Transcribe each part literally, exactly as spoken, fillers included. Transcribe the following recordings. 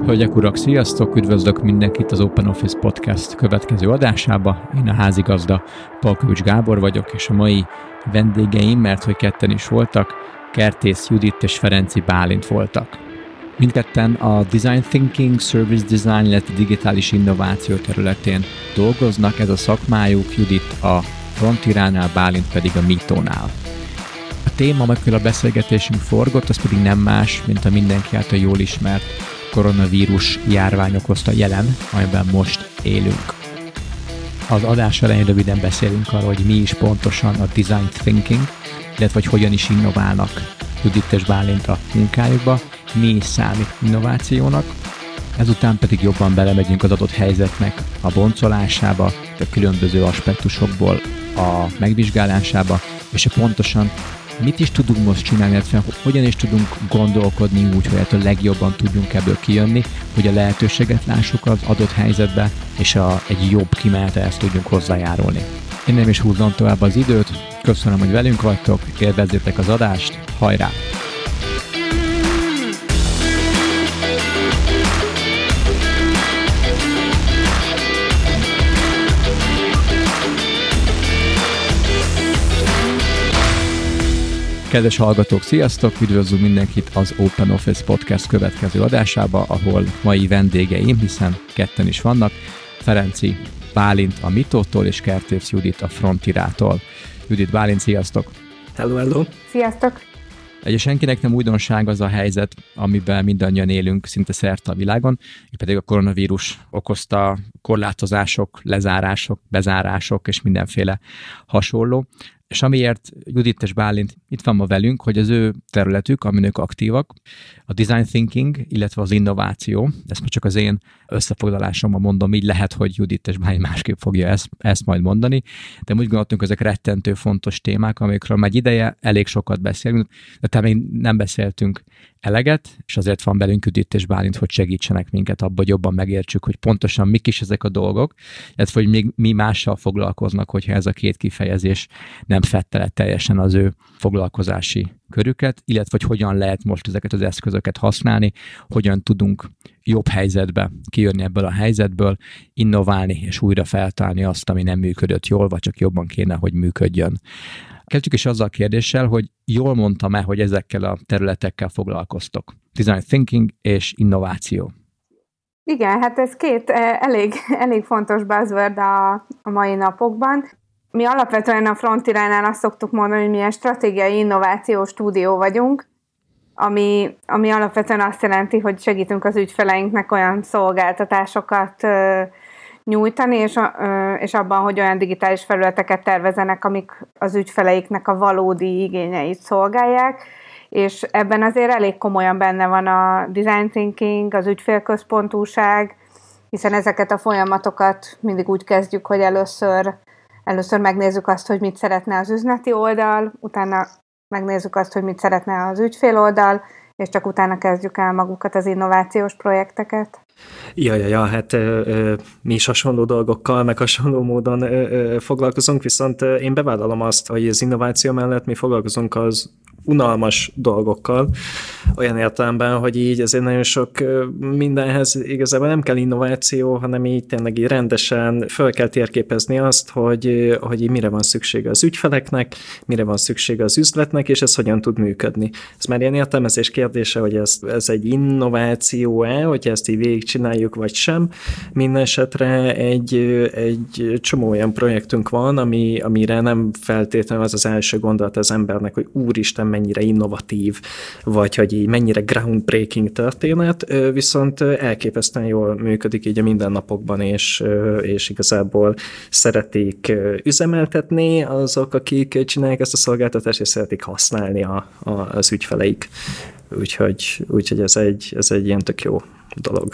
Hölgyek, urak, sziasztok! Üdvözlök mindenkit az Open Office Podcast következő adásába. Én a házigazda Palkovics Gábor vagyok, és a mai vendégeim, mert hogy ketten is voltak, Kertész Judit és Ferenczy Bálint voltak. Mindketten a Design Thinking, Service Design, illetve digitális innováció területén dolgoznak, ez a szakmájuk, Judit a Frontiránál, Bálint pedig a Mitónál. A téma, amikor a beszélgetésünk forgott, az pedig nem más, mint a mindenki által jól ismert koronavírus járvány okozta jelen, amiben most élünk. Az adás elején röviden beszélünk arról, hogy mi is pontosan a Design Thinking, illetve hogy hogyan is innoválnak Judit és Bálint a munkájukba, mi is számít innovációnak. Ezután pedig jobban belemegyünk az adott helyzetnek a boncolásába, a különböző aspektusokból a megvizsgálásába, és pontosan mit is tudunk most csinálni, illetve hogyan is tudunk gondolkodni úgy, hogy ettől legjobban tudjunk ebből kijönni, hogy a lehetőséget lássuk az adott helyzetbe, és a, egy jobb kimenetelhez tudjunk hozzájárulni. Én nem is húzom tovább az időt, köszönöm, hogy velünk vagytok, élvezzétek az adást, hajrá! Kedves hallgatók, sziasztok! Üdvözlünk mindenkit az Open Office Podcast következő adásába, ahol mai vendégeim, hiszen ketten is vannak, Ferenczy Bálint a Mitótól és Kertész Judit a Frontirától. Judit, Bálint, sziasztok! Hello, hello! Sziasztok! Egy senkinek nem újdonság az a helyzet, amiben mindannyian élünk szinte szerte a világon, pedig a koronavírus okozta korlátozások, lezárások, bezárások és mindenféle hasonló. És amiért Judit és Bálint itt van ma velünk, hogy az ő területük, amin ők aktívak, a design thinking, illetve az innováció, ezt most csak az én összefoglalásomban mondom, így lehet, hogy Judit és Bálint másképp fogja ezt, ezt majd mondani, de úgy gondoltunk, ezek rettentő fontos témák, amikről már egy ideje elég sokat beszélünk, de talán még nem beszéltünk eleget, és azért van velünk Judit és Bálint, hogy segítsenek minket abban, hogy jobban megértsük, hogy pontosan mik is ezek a dolgok, illetve hogy még mi mással foglalkoznak, hogyha ez a két kifejezés nem fette le teljesen az ő foglalkozási körüket, illetve hogy hogyan lehet most ezeket az eszközöket használni, hogyan tudunk jobb helyzetbe kijönni ebből a helyzetből, innoválni és újra feltárni azt, ami nem működött jól, vagy csak jobban kéne, hogy működjön. Kezdjük is azzal a kérdéssel, hogy jól mondtam-e, hogy ezekkel a területekkel foglalkoztok. Design thinking és innováció. Igen, hát ez két elég, elég fontos buzzword a, a mai napokban. Mi alapvetően a Frontiránál azt szoktuk mondani, hogy milyen stratégiai innovációs stúdió vagyunk, ami, ami alapvetően azt jelenti, hogy segítünk az ügyfeleinknek olyan szolgáltatásokat ö, nyújtani, és, ö, és abban, hogy olyan digitális felületeket tervezenek, amik az ügyfeleiknek a valódi igényeit szolgálják, és ebben azért elég komolyan benne van a design thinking, az ügyfélközpontúság, hiszen ezeket a folyamatokat mindig úgy kezdjük, hogy először Először megnézzük azt, hogy mit szeretne az üzleti oldal, utána megnézzük azt, hogy mit szeretne az ügyfél oldal, és csak utána kezdjük el magukat az innovációs projekteket. Ja, ja, ja, hát ö, ö, mi is hasonló dolgokkal, meg hasonló módon ö, ö, foglalkozunk, viszont ö, én bevállalom azt, hogy az innováció mellett mi foglalkozunk az unalmas dolgokkal, olyan értelemben, hogy így azért nagyon sok mindenhez igazából nem kell innováció, hanem így tényleg így rendesen föl kell térképezni azt, hogy, hogy így mire van szüksége az ügyfeleknek, mire van szüksége az üzletnek, és ez hogyan tud működni. Ez már ilyen értelmezés kérdése, hogy ez, ez egy innováció-e, hogy ezt így végigcsináljuk, vagy sem. Minden esetre egy, egy csomó olyan projektünk van, ami, amire nem feltétlenül az az első gondolat az embernek, hogy úristen, mennyire innovatív, vagy hogy így mennyire groundbreaking történet, viszont elképesztően jól működik így a mindennapokban, és, és igazából szeretik üzemeltetni azok, akik csinálják ezt a szolgáltatást, és szeretik használni a, a, az ügyfeleik. Úgyhogy, úgyhogy ez, egy, ez egy ilyen tök jó dolog.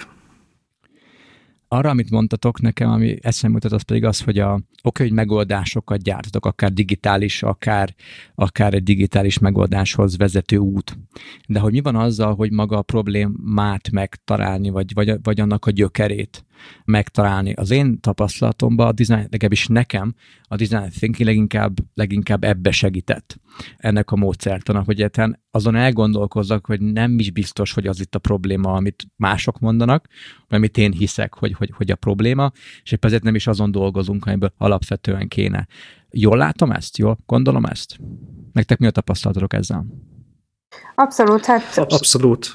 Arra, amit mondtatok nekem, ami eszembe jutott, az pedig az, hogy a oké, hogy megoldásokat gyártatok, akár digitális, akár, akár egy digitális megoldáshoz vezető út. De hogy mi van azzal, hogy maga a problémát megtalálni, vagy, vagy, vagy annak a gyökerét? megtalálni. Az én tapasztalatomban a design, legalábbis nekem a design thinking leginkább, leginkább ebbe segített ennek a módszertanak, hogy egyáltalán azon elgondolkozzak, hogy nem is biztos, hogy az itt a probléma, amit mások mondanak, vagy amit én hiszek, hogy, hogy, hogy a probléma, és épp ezért nem is azon dolgozunk, amiből alapvetően kéne. Jól látom ezt? Jól gondolom ezt? Nektek mi a tapasztalatotok ezzel? Abszolút, hát... Abszolút.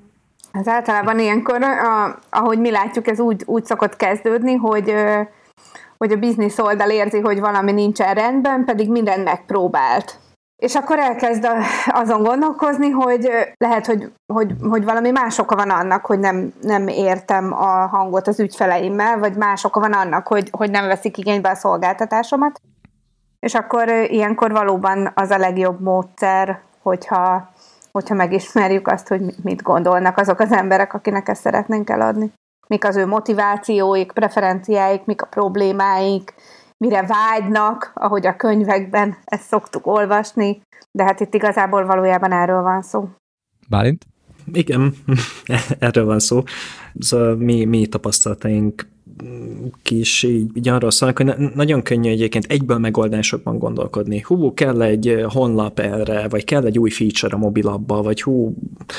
Ez általában ilyenkor, a, ahogy mi látjuk, ez úgy, úgy szokott kezdődni, hogy, hogy a biznisz oldal érzi, hogy valami nincsen rendben, pedig mindent megpróbált. És akkor elkezd azon gondolkozni, hogy lehet, hogy, hogy, hogy valami más oka van annak, hogy nem, nem értem a hangot az ügyfeleimmel, vagy más oka van annak, hogy, hogy nem veszik igénybe a szolgáltatásomat. És akkor ilyenkor valóban az a legjobb módszer, hogyha, hogyha megismerjük azt, hogy mit gondolnak azok az emberek, akinek ezt szeretnénk eladni. Mik az ő motivációik, preferenciáik, mik a problémáik, mire vágynak, ahogy a könyvekben ezt szoktuk olvasni, de hát itt igazából valójában erről van szó. Bálint? Igen, erről van szó. Szóval mi, mi tapasztalataink is így, így arról szólnak, hogy na- nagyon könnyű egyébként egyből megoldásokban gondolkodni. Hú, kell egy honlap erre, vagy kell egy új feature a mobilabba, vagy hú,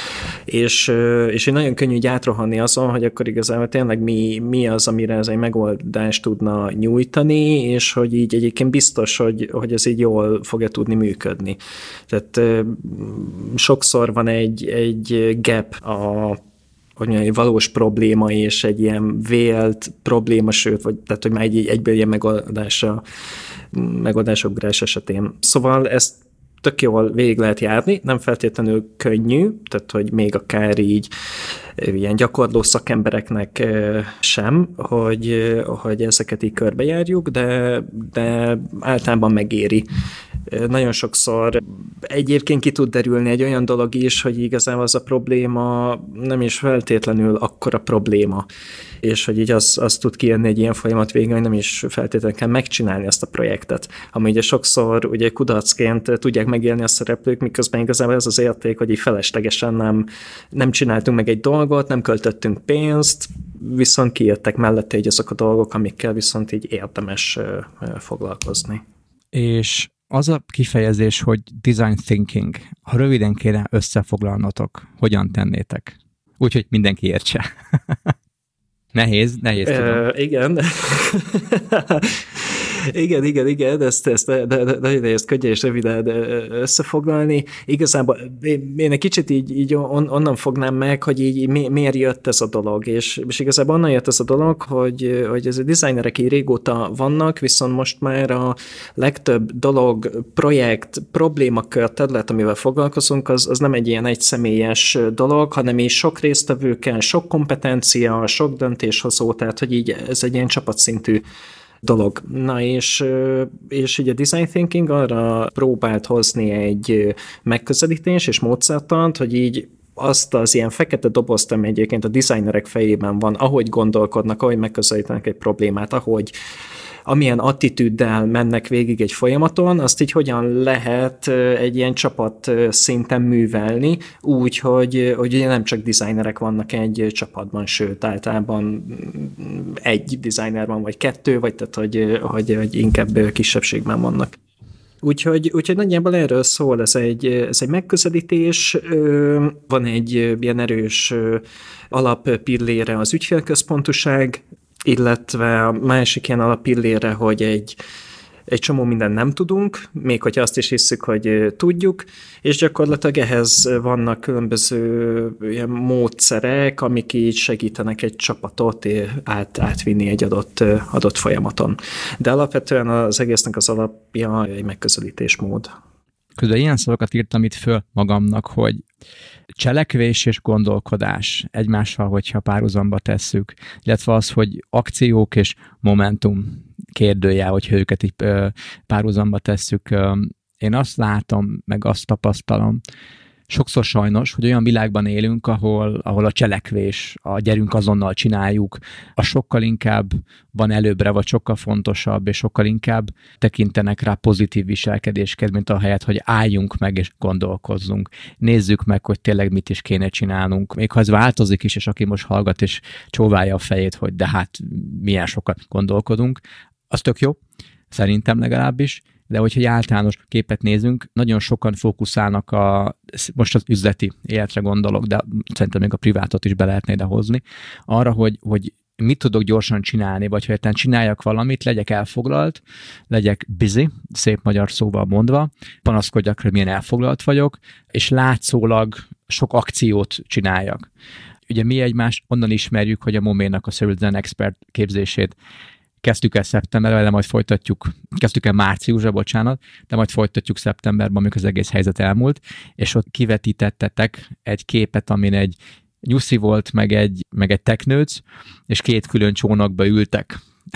és, és így nagyon könnyű így átrohanni azon, hogy akkor igazából tényleg mi, mi az, amire ez egy megoldást tudna nyújtani, és hogy így egyébként biztos, hogy, hogy ez így jól fogja tudni működni. Tehát sokszor van egy, egy gap a hogy mondjam, egy valós probléma és egy ilyen vélt probléma, sőt, vagy, tehát, hogy már egy, egyből ilyen megoldásra, megoldásográs esetén. Szóval ezt tök jól végig lehet járni, nem feltétlenül könnyű, tehát, hogy még akár így ilyen gyakorló szakembereknek sem, hogy, hogy ezeket így körbejárjuk, de, de általában megéri. Nagyon sokszor egyébként ki tud derülni egy olyan dolog is, hogy igazából az a probléma nem is feltétlenül akkora probléma, és hogy így az, az tud kijönni egy ilyen folyamat végén, hogy nem is feltétlenül kell megcsinálni ezt a projektet. Ami ugye sokszor ugye kudarcként tudják megélni a szereplők, miközben igazából ez az érték, hogy így feleslegesen nem, nem csináltunk meg egy dolgot, nem költöttünk pénzt, viszont kijöttek mellette így azok a dolgok, amikkel viszont így érdemes foglalkozni. És az a kifejezés, hogy design thinking, ha röviden kéne összefoglalnotok, hogyan tennétek? Úgyhogy mindenki értse. Nehéz, nehéz tudom. Uh, igen. igen, igen, igen, ezt, ezt nagyon de, de, de, nehéz könnyen és röviden összefoglalni. Igazából én, én egy kicsit így, így on, onnan fognám meg, hogy így mi, miért jött ez a dolog, és, és igazából onnan jött ez a dolog, hogy, hogy ez a designerek így régóta vannak, viszont most már a legtöbb dolog, projekt, problémakör, terület, amivel foglalkozunk, az, az nem egy ilyen egyszemélyes dolog, hanem így sok résztvevőkkel, sok kompetencia, sok döntéshozó, tehát hogy így ez egy ilyen csapatszintű dolog. Na és, és így a design thinking arra próbált hozni egy megközelítés és módszertant, hogy így azt az ilyen fekete dobozt, ami egyébként a designerek fejében van, ahogy gondolkodnak, ahogy megközelítenek egy problémát, ahogy amilyen attitűddel mennek végig egy folyamaton, azt így hogyan lehet egy ilyen csapat szinten művelni, úgy, hogy, hogy ugye nem csak designerek vannak egy csapatban, sőt, általában egy designer van, vagy kettő, vagy tehát, hogy, hogy, hogy inkább kisebbségben vannak. Úgyhogy, úgyhogy nagyjából erről szól, ez egy, ez egy megközelítés, van egy ilyen erős alappillére az ügyfélközpontúság, illetve a másik ilyen alappillére, hogy egy, egy csomó mindent nem tudunk, még hogyha azt is hiszük, hogy tudjuk, és gyakorlatilag ehhez vannak különböző ilyen módszerek, amik így segítenek egy csapatot át, átvinni egy adott, adott folyamaton. De alapvetően az egésznek az alapja egy megközelítésmód. Közben ilyen szavakat írtam itt föl magamnak, hogy cselekvés és gondolkodás egymással, hogyha párhuzamba tesszük, illetve az, hogy akciók és momentum kérdője, hogyha őket így párhuzamba tesszük. Én azt látom, meg azt tapasztalom, sokszor sajnos, hogy olyan világban élünk, ahol, ahol a cselekvés, a gyerünk azonnal csináljuk, a sokkal inkább van előbbre, vagy sokkal fontosabb, és sokkal inkább tekintenek rá pozitív viselkedésként, mint ahelyett, hogy álljunk meg és gondolkozzunk. Nézzük meg, hogy tényleg mit is kéne csinálnunk. Még ha ez változik is, és aki most hallgat és csóválja a fejét, hogy de hát milyen sokat gondolkodunk, az tök jó, szerintem legalábbis, de hogyha egy általános képet nézünk, nagyon sokan fókuszálnak a, most az üzleti életre gondolok, de szerintem még a privátot is be lehetne ide hozni, arra, hogy, hogy mit tudok gyorsan csinálni, vagy ha érten csináljak valamit, legyek elfoglalt, legyek busy, szép magyar szóval mondva, panaszkodjak, hogy milyen elfoglalt vagyok, és látszólag sok akciót csináljak. Ugye mi egymást onnan ismerjük, hogy a Moménak a Citizen Expert képzését kezdtük el szeptemberben, de majd folytatjuk, kezdtük el márciusra, bocsánat, de majd folytatjuk szeptemberben, amikor az egész helyzet elmúlt, és ott kivetítettetek egy képet, amin egy nyuszi volt, meg egy, meg egy teknőc, és két külön csónakba ültek.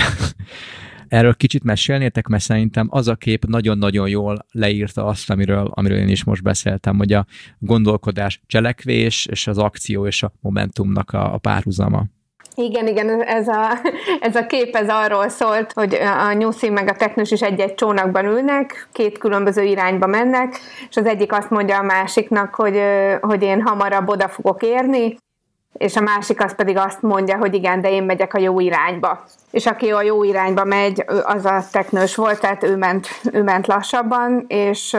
Erről kicsit mesélnétek, mert szerintem az a kép nagyon-nagyon jól leírta azt, amiről, amiről én is most beszéltem, hogy a gondolkodás, cselekvés, és az akció és a momentumnak a, a párhuzama. Igen, igen, ez a, ez a kép ez arról szólt, hogy a nyuszi meg a teknős is egy-egy csónakban ülnek, két különböző irányba mennek, és az egyik azt mondja a másiknak, hogy, hogy én hamarabb oda fogok érni, és a másik az pedig azt mondja, hogy igen, de én megyek a jó irányba. És aki a jó irányba megy, az a teknős volt, tehát ő ment, ő ment lassabban, és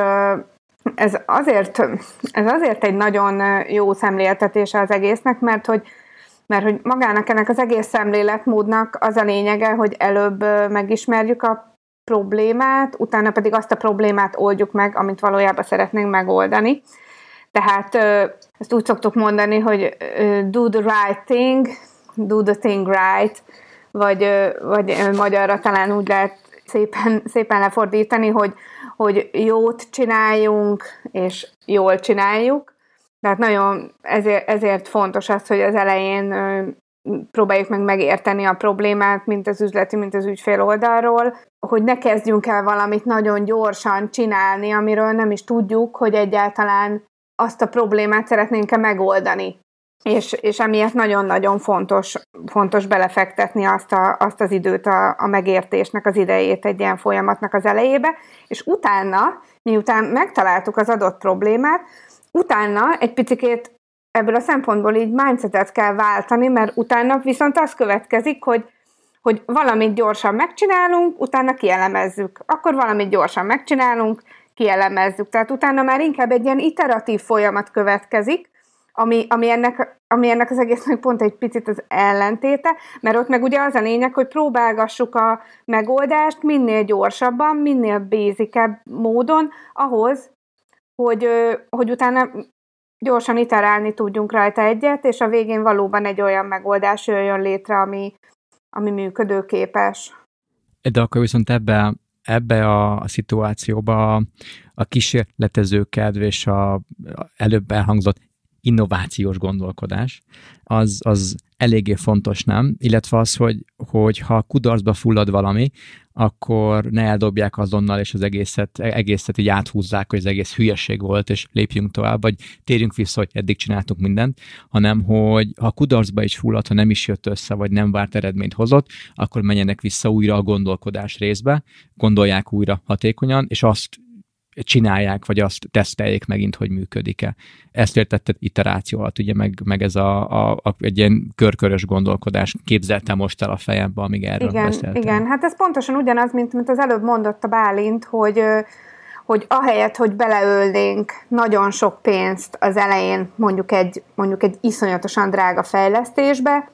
ez azért, ez azért egy nagyon jó szemléltetése az egésznek, mert hogy Mert hogy magának ennek az egész szemléletmódnak az a lényege, hogy előbb megismerjük a problémát, utána pedig azt a problémát oldjuk meg, amit valójában szeretnénk megoldani. Tehát ezt úgy szoktuk mondani, hogy do the right thing, do the thing right, vagy, vagy magyarra talán úgy lehet szépen, szépen lefordítani, hogy, hogy jót csináljunk, és jól csináljuk. Tehát nagyon ezért, ezért fontos az, hogy az elején ö, próbáljuk meg megérteni a problémát, mint az üzleti, mint az ügyfél oldalról, hogy ne kezdjünk el valamit nagyon gyorsan csinálni, amiről nem is tudjuk, hogy egyáltalán azt a problémát szeretnénk-e megoldani. És, és emiatt nagyon-nagyon fontos, fontos belefektetni azt, a, azt az időt, a, a megértésnek az idejét egy ilyen folyamatnak az elejébe, és utána, miután megtaláltuk az adott problémát, utána egy picikét ebből a szempontból így mindsetet kell váltani, mert utána viszont az következik, hogy, hogy valamit gyorsan megcsinálunk, utána kielemezzük. Akkor valamit gyorsan megcsinálunk, kielemezzük. Tehát utána már inkább egy ilyen iteratív folyamat következik, ami, ami, ennek, ami ennek az egésznek pont egy picit az ellentéte, mert ott meg ugye az a lényeg, hogy próbálgassuk a megoldást minél gyorsabban, minél basicebb módon, ahhoz, Hogy, hogy utána gyorsan iterálni tudjunk rajta egyet, és a végén valóban egy olyan megoldás jöjjön létre, ami, ami működőképes. De akkor viszont ebbe, ebbe a, a szituációba a, a kísérletező kedv és a, a előbb elhangzott innovációs gondolkodás, az, az eléggé fontos, nem? Illetve az, hogy, hogy ha kudarcba fullad valami, akkor ne eldobják azonnal, és az egészet, egészet így áthúzzák, hogy az egész hülyeség volt, és lépjünk tovább, vagy térjünk vissza, hogy eddig csináltunk mindent, hanem hogy ha kudarcba is fullad, ha nem is jött össze, vagy nem várt eredményt hozott, akkor menjenek vissza újra a gondolkodás részbe, gondolják újra hatékonyan, és azt csinálják, vagy azt teszteljék megint, hogy működik-e. Ezt értetted iteráció alatt, ugye, meg, meg ez a, a, a, egy ilyen körkörös gondolkodás képzeltem most el a fejembe, amíg erről igen, beszéltem. Igen, hát ez pontosan ugyanaz, mint, mint az előbb mondott a Bálint, hogy, hogy ahelyett, hogy beleölnénk nagyon sok pénzt az elején mondjuk egy, mondjuk egy iszonyatosan drága fejlesztésbe,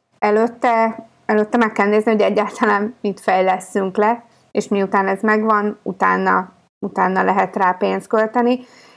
előtte, előtte meg kell nézni, hogy egyáltalán mit fejleszünk le, és miután ez megvan, utána utána lehet rá pénzt költeni,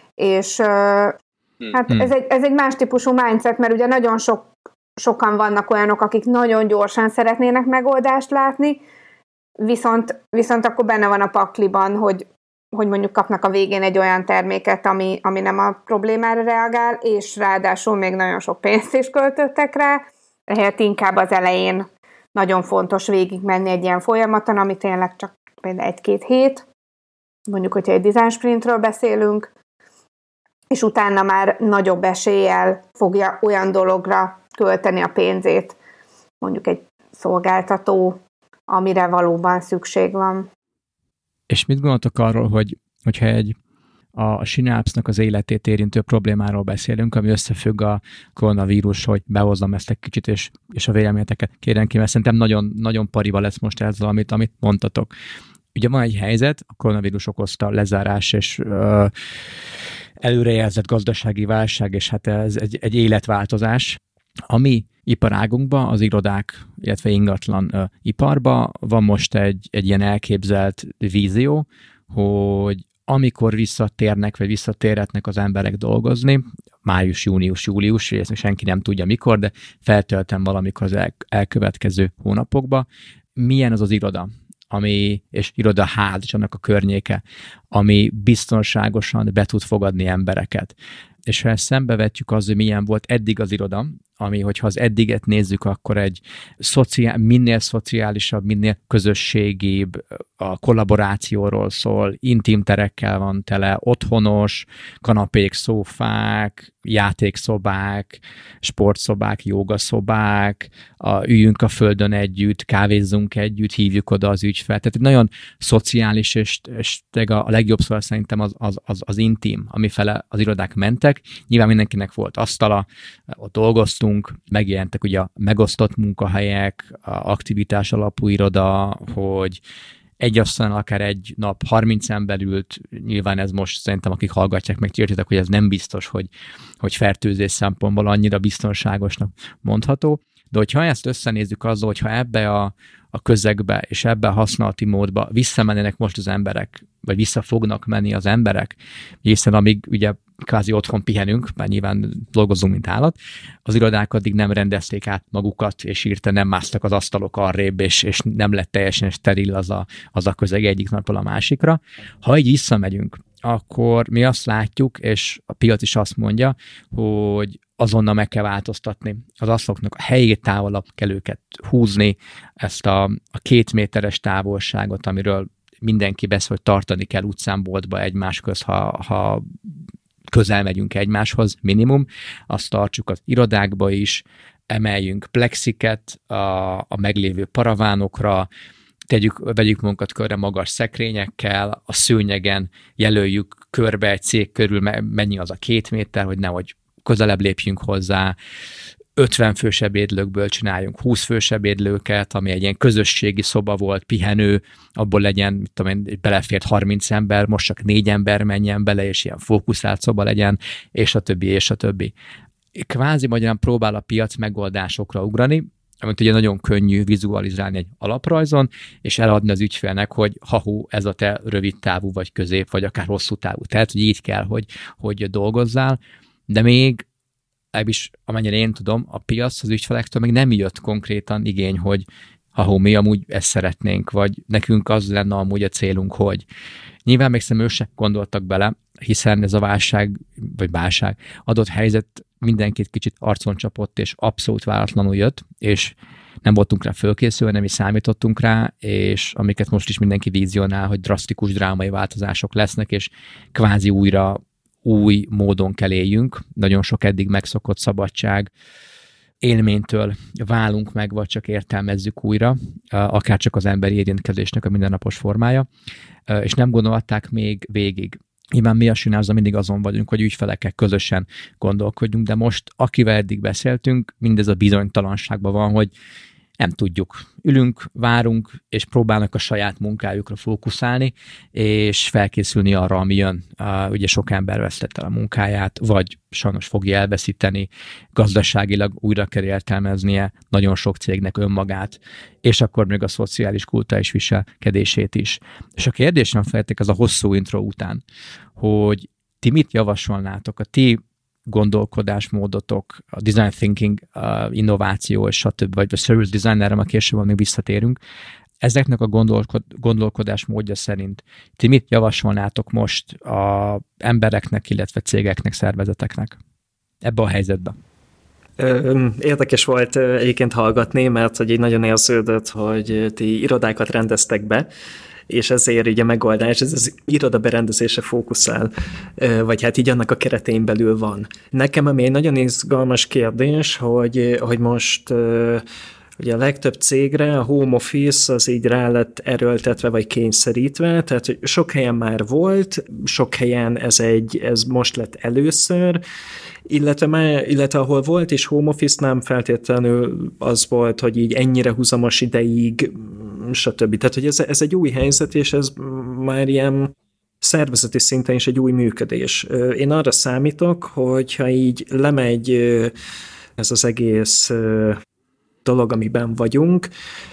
és hmm. hát ez egy, ez egy más típusú mindset, mert ugye nagyon sok, sokan vannak olyanok, akik nagyon gyorsan szeretnének megoldást látni, viszont, viszont akkor benne van a pakliban, hogy, hogy mondjuk kapnak a végén egy olyan terméket, ami, ami nem a problémára reagál, és ráadásul még nagyon sok pénzt is költöttek rá, ehelyett inkább az elején nagyon fontos végigmenni egy ilyen folyamaton, ami tényleg csak például egy-két hét, mondjuk, hogyha egy design sprintről beszélünk, és utána már nagyobb eséllyel fogja olyan dologra költeni a pénzét, mondjuk egy szolgáltató, amire valóban szükség van. És mit gondoltok arról, hogy hogyha egy a Synapse-nak az életét érintő problémáról beszélünk, ami összefügg a koronavírus, hogy behozzam ezt egy kicsit, és, és a véleményeteket kérem ki, mert szerintem nagyon, nagyon pariba lesz most ezzel, amit, amit mondtatok. Ugye van egy helyzet, a koronavírus okozta lezárás és ö, előrejelzett gazdasági válság, és hát ez egy, egy életváltozás. A mi iparágunkban, az irodák, illetve ingatlan ö, iparban van most egy, egy ilyen elképzelt vízió, hogy amikor visszatérnek, vagy visszatérhetnek az emberek dolgozni, május, június, július, és ezt senki nem tudja mikor, de feltöltem valamikor az el, elkövetkező hónapokban, milyen az az iroda, ami, és irodaház és annak a környéke, ami biztonságosan be tud fogadni embereket. És ha ezt szembevetjük az, hogy milyen volt eddig az iroda, ami, hogyha az eddiget nézzük, akkor egy szociál, minél szociálisabb, minél közösségibb, a kollaborációról szól, intim terekkel van tele, otthonos, kanapék, szófák, játékszobák, sportszobák, jogaszobák, a, üljünk a földön együtt, kávézzunk együtt, hívjuk oda az ügyfelt. Tehát nagyon szociális, és, és a legjobb szó szerintem az, az, az, az intim, amifele az irodák mentek. Nyilván mindenkinek volt asztala, ott dolgoztunk, megjelentek ugye a megosztott munkahelyek, a aktivitás alapú iroda, hogy egy asztalon akár egy nap harminc ember ült, nyilván ez most szerintem, akik hallgatják, meg értitek, hogy ez nem biztos, hogy, hogy fertőzés szempontból annyira biztonságosnak mondható, de hogyha ezt összenézzük azzal, hogyha ebbe a, a közegbe és ebbe a használati módba visszamennének most az emberek, vagy vissza fognak menni az emberek, hiszen amíg ugye kvázi otthon pihenünk, mert nyilván dolgozunk, mint állat, az irodák addig nem rendezték át magukat, és írta nem másztak az asztalok arrébb, és, és nem lett teljesen steril az a, az a közeg egyik napról a másikra. Ha így visszamegyünk, akkor mi azt látjuk, és a piac is azt mondja, hogy azonnal meg kell változtatni. Az asztaloknak a helyét távolabb kell őket húzni, ezt a, a két méteres távolságot, amiről mindenki beszél, hogy tartani kell utcán, boltba egymás köz, ha, ha közel megyünk egymáshoz, minimum, azt tartsuk az irodákba is, emeljünk plexiket a, a meglévő paravánokra, tegyük, vegyük magunkat körre magas szekrényekkel, a szőnyegen jelöljük körbe egy cég körül, mennyi az a két méter, hogy nehogy közelebb lépjünk hozzá, ötven fős ebédlőkből csináljunk húsz fős ebédlőket, ami egy ilyen közösségi szoba volt, pihenő, abból legyen, mit tudom én, belefért harminc ember, most csak négy ember menjen bele, és ilyen fókuszált szoba legyen, és a többi, és a többi. Kvázi magyarán próbál a piac megoldásokra ugrani, amit ugye nagyon könnyű vizualizálni egy alaprajzon, és eladni az ügyfélnek, hogy ha-hú, ez a te rövid távú, vagy közép, vagy akár hosszú távú. Tehát, hogy így kell, hogy, hogy dolgozzál, de még is, amennyire én tudom, a piac az ügyfelektől még nem jött konkrétan igény, hogy ha mi amúgy ezt szeretnénk, vagy nekünk az lenne amúgy a célunk, hogy nyilván még szerintem ők se gondoltak bele, hiszen ez a válság, vagy válság adott helyzet mindenkit kicsit arcon csapott, és abszolút váratlanul jött, és nem voltunk rá fölkészülve, nem is számítottunk rá, és amiket most is mindenki vízionál, hogy drasztikus drámai változások lesznek, és kvázi újra új módon kell éljünk, nagyon sok eddig megszokott szabadság élménytől válunk meg, vagy csak értelmezzük újra, akár csak az emberi érintkezésnek a mindennapos formája, és nem gondolták még végig. Nyilván mi a Synapse-ban mindig azon vagyunk, hogy ügyfelekkel közösen gondolkodjunk, de most, akivel eddig beszéltünk, mindez a bizonytalanságban van, hogy nem tudjuk. Ülünk, várunk, és próbálnak a saját munkájukra fókuszálni, és felkészülni arra, ami jön. Uh, ugye sok ember vesztette el a munkáját, vagy sajnos fogja elveszíteni, gazdaságilag újra kell értelmeznie nagyon sok cégnek önmagát, és akkor még a szociális kulturális viselkedését is. És a kérdésem feltek az a hosszú intro után, hogy ti mit javasolnátok, a ti gondolkodásmódotok, a design thinking, a innováció, és stb., vagy a service designerre, a később még visszatérünk. Ezeknek a gondolkod, gondolkodásmódja szerint ti mit javasolnátok most az embereknek, illetve cégeknek, szervezeteknek ebbe a helyzetbe? Érdekes volt egyébként hallgatni, mert hogy így nagyon érződött, hogy ti irodákat rendeztek be, és ezért így a megoldás, ez az iroda berendezése fókuszál, vagy hát így annak a keretein belül van. Nekem ami egy nagyon izgalmas kérdés, hogy, hogy most ugye a legtöbb cégre a home office az így rá lett erőltetve, vagy kényszerítve, tehát hogy sok helyen már volt, sok helyen ez, egy, ez most lett először, illetve, már, illetve ahol volt is home office, nem feltétlenül az volt, hogy így ennyire húzamos ideig, stb. Tehát, hogy ez, ez egy új helyzet, és ez már ilyen szervezeti szinten is egy új működés. Én arra számítok, hogyha így lemegy ez az egész dolog, amiben vagyunk,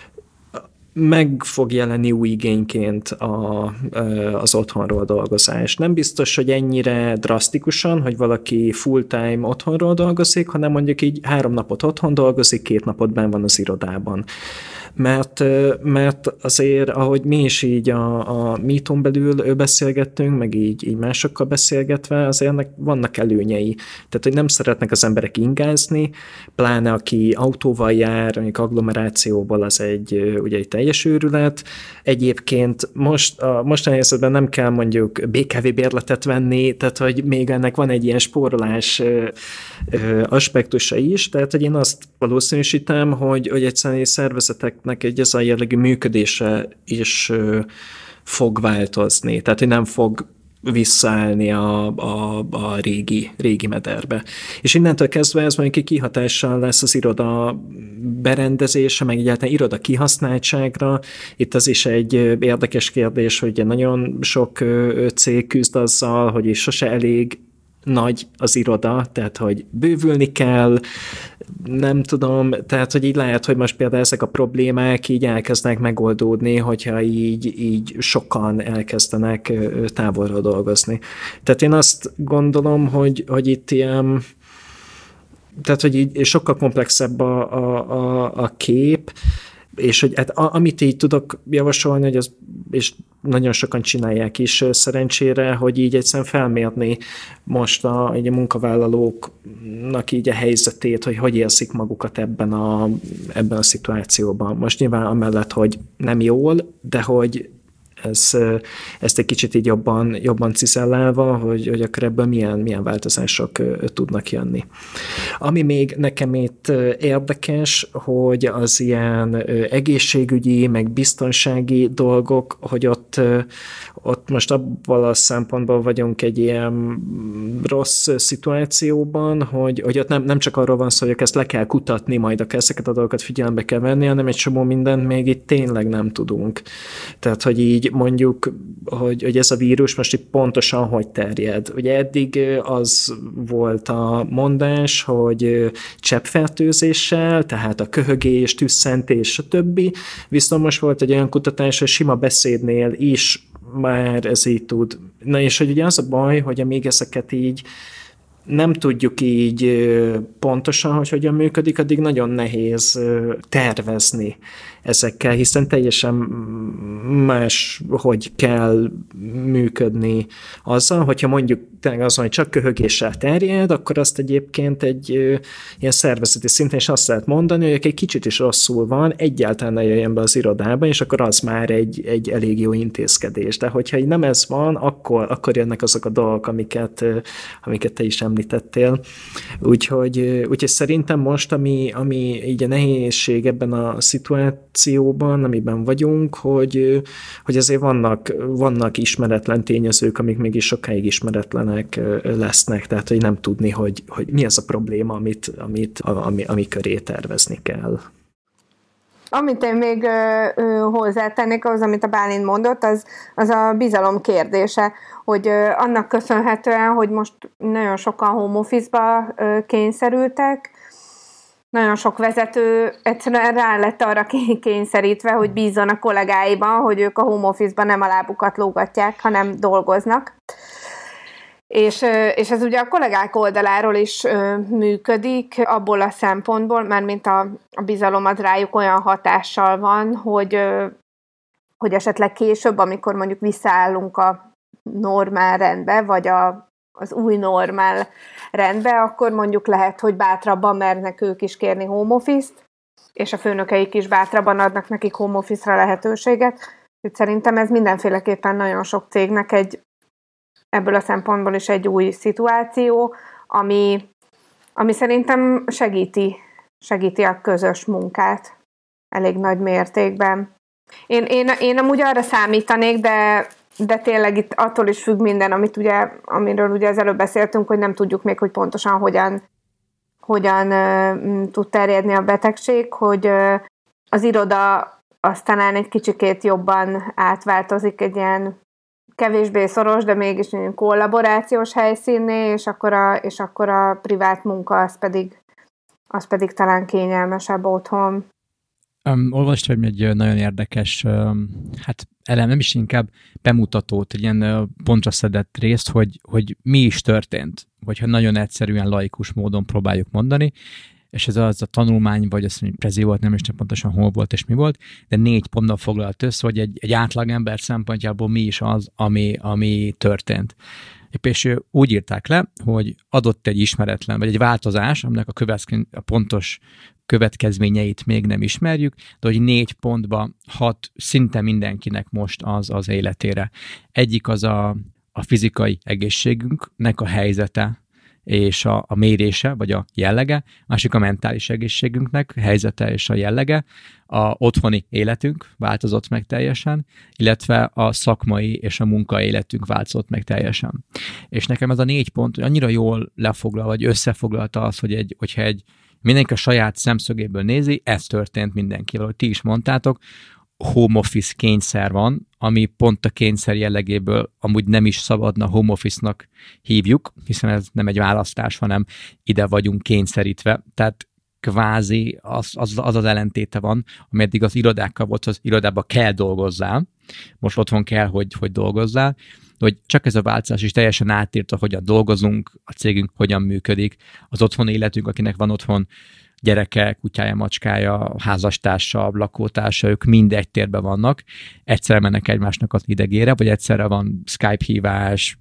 meg fog jelenni új igényként a, az otthonról dolgozás. Nem biztos, hogy ennyire drasztikusan, hogy valaki full-time otthonról dolgozik, hanem mondjuk így három napot otthon dolgozik, két napot benn van az irodában. Mert, mert azért, ahogy mi is így a, a Meeton belül beszélgettünk, meg így, így másokkal beszélgetve, azért ennek vannak előnyei. Tehát, hogy nem szeretnek az emberek ingázni, pláne aki autóval jár, mondjuk agglomerációból, az egy, ugye egy teljes őrület. Egyébként most a mostani helyzetben nem kell mondjuk bé ká vé bérletet venni, tehát, hogy még ennek van egy ilyen spórolás aspektusa is, tehát, hogy én azt valószínűsítem, hogy, hogy egyszerűen szervezeteknek egy ez a jellegű működése is fog változni, tehát, hogy nem fog visszaállni a, a, a régi, régi mederbe. És innentől kezdve ez mondjuk kihatással lesz az iroda berendezése, meg egyáltalán iroda kihasználtságra. Itt az is egy érdekes kérdés, hogy nagyon sok cég küzd azzal, hogy is sose elég nagy az iroda, tehát hogy bővülni kell, nem tudom, tehát hogy így lehet, hogy most például ezek a problémák így elkezdenek megoldódni, hogyha így, így sokan elkezdenek távolról dolgozni. Tehát én azt gondolom, hogy, hogy itt ilyen, tehát hogy így sokkal komplexebb a, a, a, a kép, és hogy hát, amit így tudok javasolni, hogy az, és nagyon sokan csinálják is szerencsére, hogy így egyszerűen felmérni most a, így a munkavállalóknak így a helyzetét, hogy hogy érzik magukat ebben a, ebben a szituációban. Most nyilván amellett, hogy nem jól, de hogy ez, ezt egy kicsit így jobban, jobban cizellálva, hogy, hogy akkor ebből milyen, milyen változások tudnak jönni. Ami még nekem itt érdekes, hogy az ilyen egészségügyi, meg biztonsági dolgok, hogy ott, ott most abban a szempontból vagyunk egy ilyen rossz szituációban, hogy, hogy ott nem, nem csak arról van szó, hogy ezt le kell kutatni, majd akkor ezeket a dolgokat figyelembe kell venni, hanem egy csomó mindent még itt tényleg nem tudunk. Tehát, hogy így mondjuk, hogy, hogy ez a vírus most itt pontosan hogy terjed. Ugye eddig az volt a mondás, hogy cseppfertőzéssel, tehát a köhögés, tüsszentés, stb. Viszont most volt egy olyan kutatás, hogy sima beszédnél is már ez így tud. Na és hogy ugye az a baj, hogy még ezeket így nem tudjuk így pontosan, hogy hogyan működik, addig nagyon nehéz tervezni ezekkel, hiszen teljesen más, hogy kell működni azzal, hogyha mondjuk tényleg azon, hogy csak köhögéssel terjed, akkor azt egyébként egy ilyen szervezeti szinten is azt lehet mondani, hogy egy kicsit is rosszul van, egyáltalán ne jöjjön be az irodába, és akkor az már egy, egy elég jó intézkedés. De hogyha így nem ez van, akkor, akkor jönnek azok a dolgok, amiket, amiket te is említettél. Úgyhogy, úgyhogy szerintem most, ami, ami így a nehézség ebben a szituációban, amiben vagyunk, hogy, hogy azért vannak, vannak ismeretlen tényezők, amik mégis sokáig ismeretlenek lesznek, tehát hogy nem tudni, hogy, hogy mi az a probléma, amit, amit, ami, ami köré tervezni kell. Amit én még ö, ö, hozzátennék ahhoz, amit a Bálint mondott, az, az a bizalom kérdése, hogy ö, annak köszönhetően, hogy most nagyon sokan home office-ba ö, kényszerültek, nagyon sok vezető egyszerűen rá lett arra kényszerítve, hogy bízzon a kollégáiban, hogy ők a home office-ban nem a lábukat lógatják, hanem dolgoznak. És, és ez ugye a kollégák oldaláról is működik, abból a szempontból, mert mint a, a bizalom az rájuk olyan hatással van, hogy, hogy esetleg később, amikor mondjuk visszaállunk a normál rendbe, vagy a, az új normál rendbe, akkor mondjuk lehet, hogy bátrabban mernek ők is kérni home office-t, és a főnökeik is bátrabban adnak nekik home office-ra lehetőséget. Szerintem ez mindenféleképpen nagyon sok cégnek egy, ebből a szempontból is egy új szituáció, ami, ami szerintem segíti, segíti a közös munkát elég nagy mértékben. Én, én, én amúgy arra számítanék, de, de tényleg itt attól is függ minden, amit ugye, amiről ugye az előbb beszéltünk, hogy nem tudjuk még, hogy pontosan hogyan, hogyan uh, tud terjedni a betegség, hogy uh, az iroda az talán egy kicsikét jobban átváltozik egy ilyen kevésbé szoros, de mégis egy kollaborációs helyszínné, és akkor a, és akkor a privát munka az pedig, az pedig talán kényelmesebb otthon. Um, olvastam egy nagyon érdekes, um, hát elem nem is inkább bemutatót, egy ilyen uh, pontra szedett részt, hogy, hogy mi is történt, hogyha nagyon egyszerűen laikus módon próbáljuk mondani, és ez az a tanulmány, vagy azt mondjuk prezi volt, nem is nem pontosan hol volt és mi volt, de négy pontban foglalt össze, hogy egy, egy átlagember szempontjából mi is az, ami, ami történt. És úgy írták le, hogy adott egy ismeretlen, vagy egy változás, aminek a, követke, a pontos következményeit még nem ismerjük, de hogy négy pontban hat szinte mindenkinek most az az életére. Egyik az a, a fizikai egészségünknek a helyzete, és a, a mérése, vagy a jellege, másik a mentális egészségünknek helyzete és a jellege, a otthoni életünk változott meg teljesen, illetve a szakmai és a munkaéletünk változott meg teljesen. És nekem ez a négy pont annyira jól lefoglal, vagy összefoglalta az, hogy egy, hogyha egy mindenki a saját szemszögéből nézi, ez történt mindenkivel, hogy ti is mondtátok, home office kényszer van, ami pont a kényszer jellegéből amúgy nem is szabadna home office-nak hívjuk, hiszen ez nem egy választás, hanem ide vagyunk kényszerítve. Tehát kvázi az az, az, az ellentéte van, ameddig az irodákkal volt, az irodába kell dolgozzál, most otthon kell, hogy, hogy dolgozzál, hogy csak ez a változás is teljesen átírta, hogyan dolgozunk, a cégünk hogyan működik, az otthon életünk, akinek van otthon gyereke, kutyája, macskája, házastársa, lakótársa, ők mind egy térben vannak, egyszerre mennek egymásnak az idegére, vagy egyszerre van Skype hívás,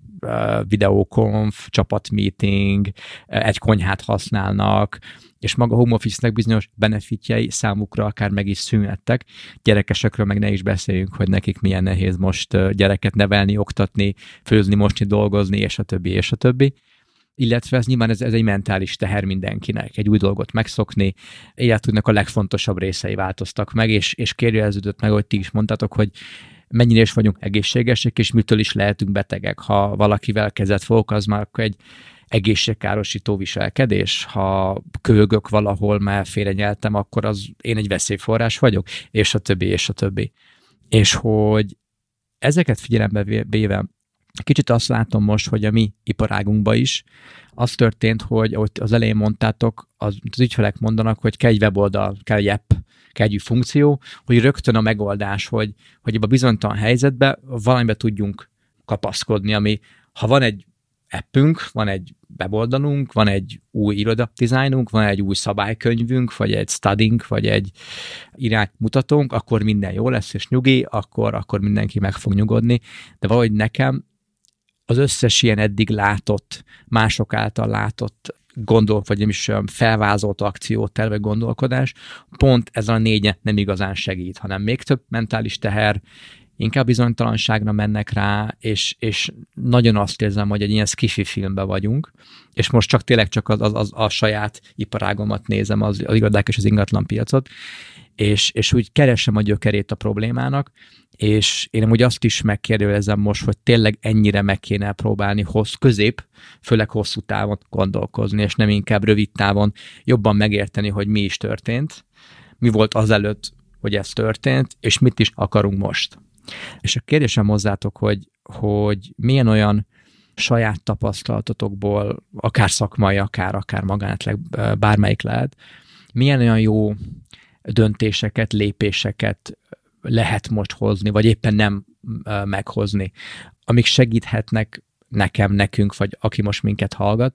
videokonf, csapatmeeting, egy konyhát használnak, és maga home office-nek bizonyos benefitjei számukra akár meg is szűnhettek. Gyerekesekről meg ne is beszéljünk, hogy nekik milyen nehéz most gyereket nevelni, oktatni, főzni, mosni, dolgozni, és a többi, és a többi. Illetve ez nyilván ez, ez egy mentális teher mindenkinek, egy új dolgot megszokni, életünknek a legfontosabb részei változtak meg, és, és kérdeződött meg, hogy ti is mondtátok, hogy mennyire is vagyunk egészségesek, és mitől is lehetünk betegek. Ha valakivel kezet fogok, az már egy egészségkárosító viselkedés, ha köhögök valahol, mert félrenyeltem, akkor az én egy veszélyforrás vagyok, és a többi, és a többi. És hogy ezeket figyelembe véve kicsit azt látom most, hogy a mi iparágunkban is az történt, hogy ahogy az elején mondtátok, az, az ügyfelek mondanak, hogy kell egy weboldal, kell egy app, kell egy funkció, hogy rögtön a megoldás, hogy, hogy ebben a bizonytalan helyzetben valamiben tudjunk kapaszkodni, ami ha van egy appünk, van egy weboldalunk, van egy új irodadizájnunk, van egy új szabálykönyvünk, vagy egy studink, vagy egy iránymutatónk, akkor minden jó lesz, és nyugi, akkor, akkor mindenki meg fog nyugodni. De valahogy nekem az összes ilyen eddig látott, mások által látott gondol, vagy nem is felvázolt akcióterv, vagy gondolkodás, pont ezen a négyen nem igazán segít, hanem még több mentális teher, inkább bizonytalanságra mennek rá, és, és nagyon azt érzem, hogy egy ilyen skifi filmben vagyunk, és most csak tényleg csak az, az, az a saját iparágomat nézem, az, az irodák és az ingatlan piacot, és, és úgy keresem a gyökerét a problémának, és én úgy azt is megkérdőjelezem most, hogy tényleg ennyire meg kéne próbálni hossz, közép, főleg hosszú távon gondolkozni, és nem inkább rövid távon jobban megérteni, hogy mi is történt, mi volt azelőtt, hogy ez történt, és mit is akarunk most. És a kérdésem hozzátok, hogy, hogy milyen olyan saját tapasztalatotokból, akár szakmai, akár, akár magánetleg, bármelyik lehet, milyen olyan jó döntéseket, lépéseket lehet most hozni, vagy éppen nem meghozni, amik segíthetnek nekem, nekünk, vagy aki most minket hallgat,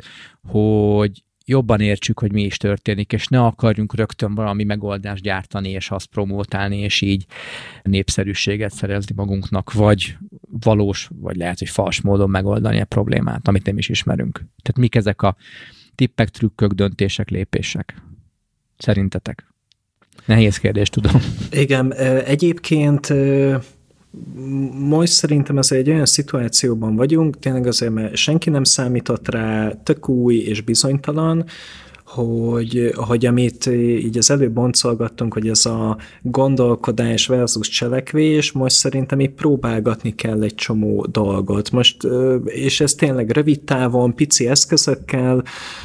hogy jobban értsük, hogy mi is történik, és ne akarjunk rögtön valami megoldást gyártani, és azt promótálni, és így népszerűséget szerezni magunknak, vagy valós, vagy lehet, hogy fals módon megoldani a problémát, amit nem is ismerünk. Tehát mik ezek a tippek, trükkök, döntések, lépések? Szerintetek? Nehéz kérdés, tudom. Igen, egyébként most szerintem ez egy olyan szituációban vagyunk, tényleg azért, mert senki nem számított rá, tök új és bizonytalan, hogy, hogy amit így az előbb boncolgattunk, hogy ez a gondolkodás versus cselekvés, most szerintem így próbálgatni kell egy csomó dolgot. Most, és ez tényleg rövid távon, pici eszközökkel,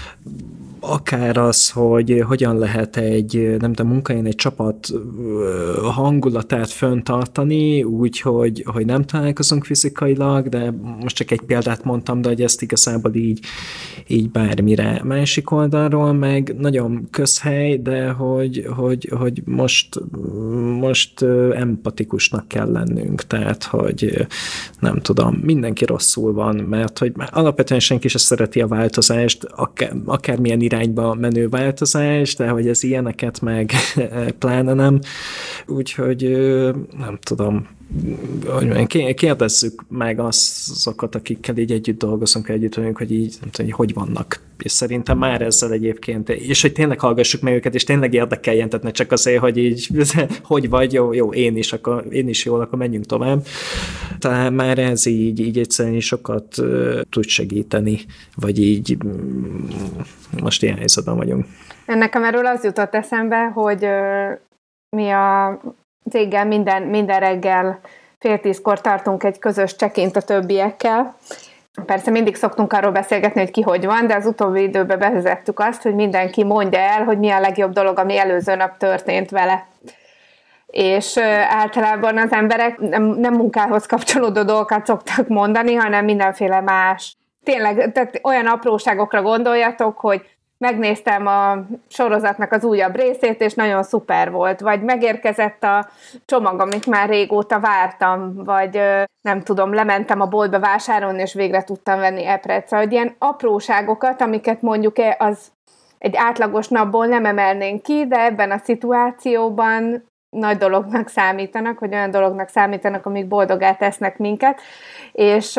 akár az, hogy hogyan lehet egy, nem tudom, munkahelyen egy csapat hangulatát föntartani, úgy, hogy, hogy nem találkozunk fizikailag, de most csak egy példát mondtam, de hogy ezt igazából így, így bármire. Másik oldalról meg nagyon közhely, de hogy, hogy, hogy most, most empatikusnak kell lennünk, tehát, hogy nem tudom, mindenki rosszul van, mert hogy alapvetően senki sem szereti a változást, akár, akármilyen irányba menő változás, de hogy ez ilyeneket meg pláne nem. Úgyhogy nem tudom, hogy kérdezzük meg azokat, akikkel így együtt dolgozunk, együtt vagyunk, hogy így, nem tudom, hogy hogy vannak. És szerintem már ezzel egyébként, és hogy tényleg hallgassuk meg őket, és tényleg érdekeljen, tehát ne csak azért, hogy így, hogy vagy, jó, jó, én is, akkor, én is jól, akkor menjünk tovább. Tehát már ez így, így egyszerűen sokat uh, tud segíteni, vagy így mm, most ilyen helyzetben vagyunk. Nekem erről az jutott eszembe, hogy uh, mi a céggel minden, minden reggel fél tízkor tartunk egy közös check-int a többiekkel. Persze mindig szoktunk arról beszélgetni, hogy ki hogy van, de az utóbbi időben bevezettük azt, hogy mindenki mondja el, hogy mi a legjobb dolog, ami előző nap történt vele. És általában az emberek nem, nem munkához kapcsolódó dolgokat szoktak mondani, hanem mindenféle más. Tényleg, tehát olyan apróságokra gondoljatok, hogy megnéztem a sorozatnak az újabb részét, és nagyon szuper volt, vagy megérkezett a csomag, amit már régóta vártam, vagy nem tudom, lementem a boltba vásárolni, és végre tudtam venni epret. Szóval, hogy ilyen apróságokat, amiket mondjuk az egy átlagos napból nem emelnénk ki, de ebben a szituációban nagy dolognak számítanak, vagy olyan dolognak számítanak, amik boldogá tesznek minket, és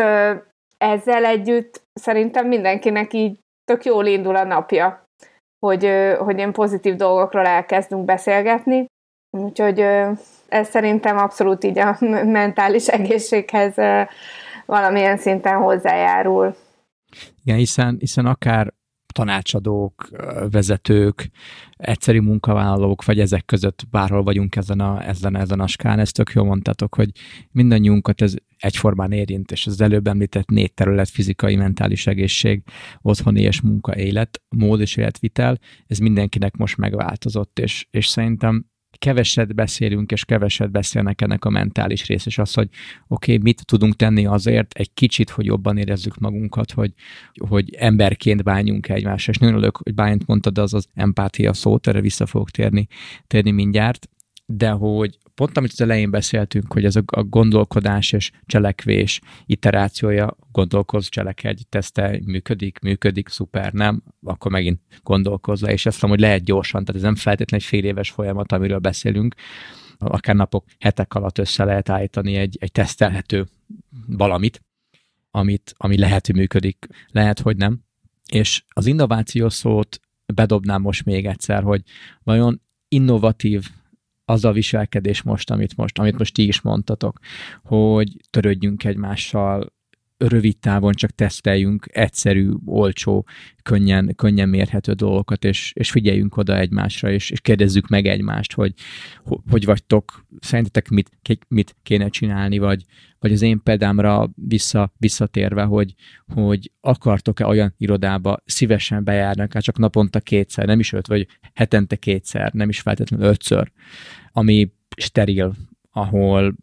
ezzel együtt szerintem mindenkinek így tök jól indul a napja, hogy, hogy ilyen pozitív dolgokról elkezdünk beszélgetni. Úgyhogy ez szerintem abszolút így a mentális egészséghez valamilyen szinten hozzájárul. Igen, hiszen, hiszen akár tanácsadók, vezetők, egyszerű munkavállalók, vagy ezek között bárhol vagyunk ezen a, ezen, ezen a skálán, ezt tök jól mondtátok, hogy mindannyiunkat ez egyformán érint, és az előbb említett négy terület, fizikai, mentális egészség, otthoni és munka, élet, mód és életvitel, ez mindenkinek most megváltozott, és, és szerintem keveset beszélünk, és keveset beszélnek ennek a mentális rész, és az, hogy oké, okay, mit tudunk tenni azért egy kicsit, hogy jobban érezzük magunkat, hogy, hogy emberként bánjunk egymásra. És nagyon örülök, hogy Bálint mondtad, az az empátia szót, erre vissza fogok térni, térni mindjárt, de hogy pont amit az elején beszéltünk, hogy ez a gondolkodás és cselekvés iterációja, gondolkozz, cselekedj, tesztelj, működik, működik, szuper, nem, akkor megint gondolkozz le, és azt mondom, hogy lehet gyorsan, tehát ez nem feltétlenül egy fél éves folyamat, amiről beszélünk, akár napok, hetek alatt össze lehet állítani egy, egy tesztelhető valamit, amit, ami lehet, hogy működik, lehet, hogy nem. És az innováció szót bedobnám most még egyszer, hogy vajon innovatív az a viselkedés most, amit most, amit most ti is mondtatok, hogy törődjünk egymással, rövid távon csak teszteljünk egyszerű, olcsó, könnyen, könnyen mérhető dolgokat, és, és figyeljünk oda egymásra, és, és kérdezzük meg egymást, hogy hogy vagytok, szerintetek mit, mit kéne csinálni, vagy, vagy az én példámra vissza, visszatérve, hogy, hogy akartok-e olyan irodába szívesen bejárni, akár csak naponta kétszer, nem is öt, vagy hetente kétszer, nem is feltétlenül ötször, ami steril, ahol